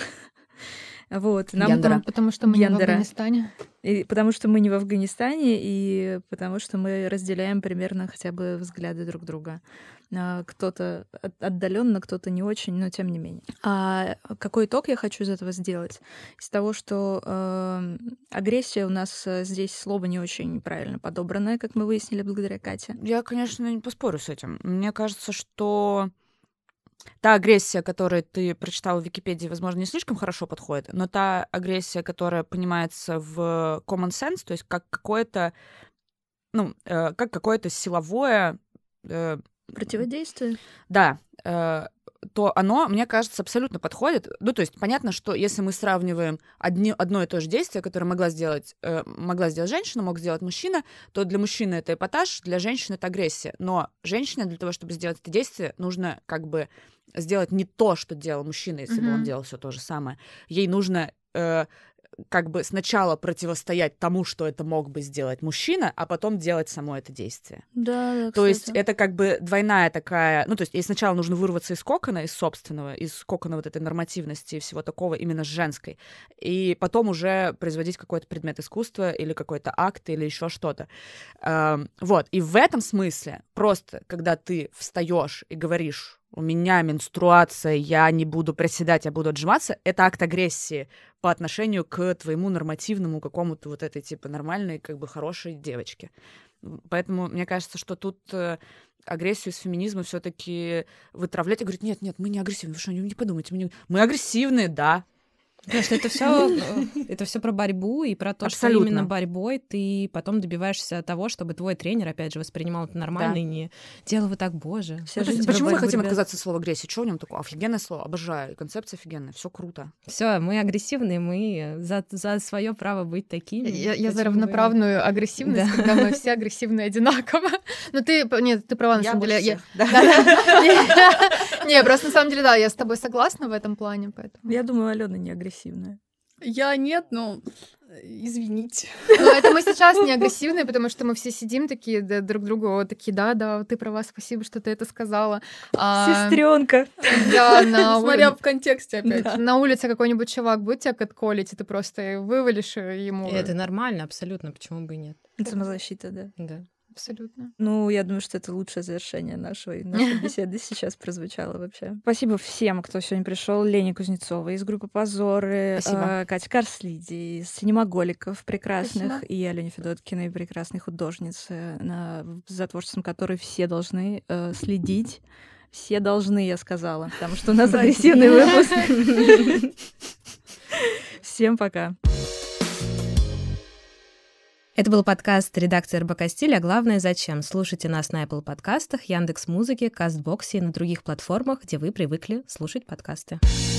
Вот, потому что мы не в Афганистане. И потому что мы не в Афганистане, и потому что мы разделяем примерно хотя бы взгляды друг друга. Кто-то отдаленно, кто-то не очень, но тем не менее. А какой итог я хочу из этого сделать? Из того, что агрессия у нас здесь слово не очень правильно подобранное, как мы выяснили благодаря Кате. Я, конечно, не поспорю с этим. Мне кажется, что та агрессия, которую ты прочитала в Википедии, возможно, не слишком хорошо подходит, но та агрессия, которая понимается в common sense, то есть как какое-то, как какое-то силовое противодействие. Да, то оно, мне кажется, абсолютно подходит. Ну, то есть понятно, что если мы сравниваем одно и то же действие, которое могла сделать женщина, мог сделать мужчина, то для мужчины это эпатаж, для женщины это агрессия. Но женщине для того, чтобы сделать это действие, нужно как бы сделать не то, что делал мужчина, если бы он делал все то же самое. Ей нужно как бы сначала противостоять тому, что это мог бы сделать мужчина, а потом делать само это действие. Да, то есть это как бы двойная такая... Ну, то есть ей сначала нужно вырваться из кокона, из собственного, из кокона вот этой нормативности и всего такого именно с женской, и потом уже производить какой-то предмет искусства или какой-то акт или еще что-то. Вот. И в этом смысле просто, когда ты встаешь и говоришь: у меня менструация, я не буду приседать, я буду отжиматься, это акт агрессии по отношению к твоему нормативному какому-то вот этой, типа, нормальной, как бы, хорошей девочке. Поэтому мне кажется, что тут агрессию из феминизма все-таки вытравлять и говорить: нет, мы не агрессивны, вы что, не подумайте, мы агрессивные, да. Потому что это все про борьбу и про то, абсолютно. Что именно борьбой ты потом добиваешься того, чтобы твой тренер, опять же, воспринимал это нормально, да. И не делал вот так, боже. Почему мы хотим отказаться от слова агрессия? Что в нем такое? Офигенное слово, обожаю. Концепция офигенная, все круто. Все, мы агрессивные, мы за свое право быть такими. Я за равноправную агрессивность, когда мы все агрессивны одинаково. Ну ты права, на самом деле. Не, просто на самом деле, да, я с тобой согласна в этом плане, поэтому. Я думаю, Алена не агрессивная. Я нет, но извините. Ну, это мы сейчас не агрессивные, потому что мы все сидим такие друг другу такие: да, ты права, спасибо, что ты это сказала. Сестренка. Да, смотря в контексте опять. Да. На улице какой-нибудь чувак будет тебя катколить, и ты просто вывалишь ему. И это нормально, абсолютно, почему бы и нет. Это самозащита, да. Да. Абсолютно. Ну, я думаю, что это лучшее завершение нашей беседы сейчас прозвучало вообще. Спасибо всем, кто сегодня пришел. Лене Кузнецовой из группы «Позоры», Катя Карслиди из «Синемаголиков» прекрасных. Спасибо. И Алене Федоткиной, прекрасной художницы, за творчеством которой все должны следить. Все должны, я сказала, потому что у нас агрессивный выпуск. Всем пока. Это был подкаст редакции РБК «Стиль», а главное «Зачем?». Слушайте нас на Apple подкастах, Яндекс.Музыке, Кастбоксе и на других платформах, где вы привыкли слушать подкасты.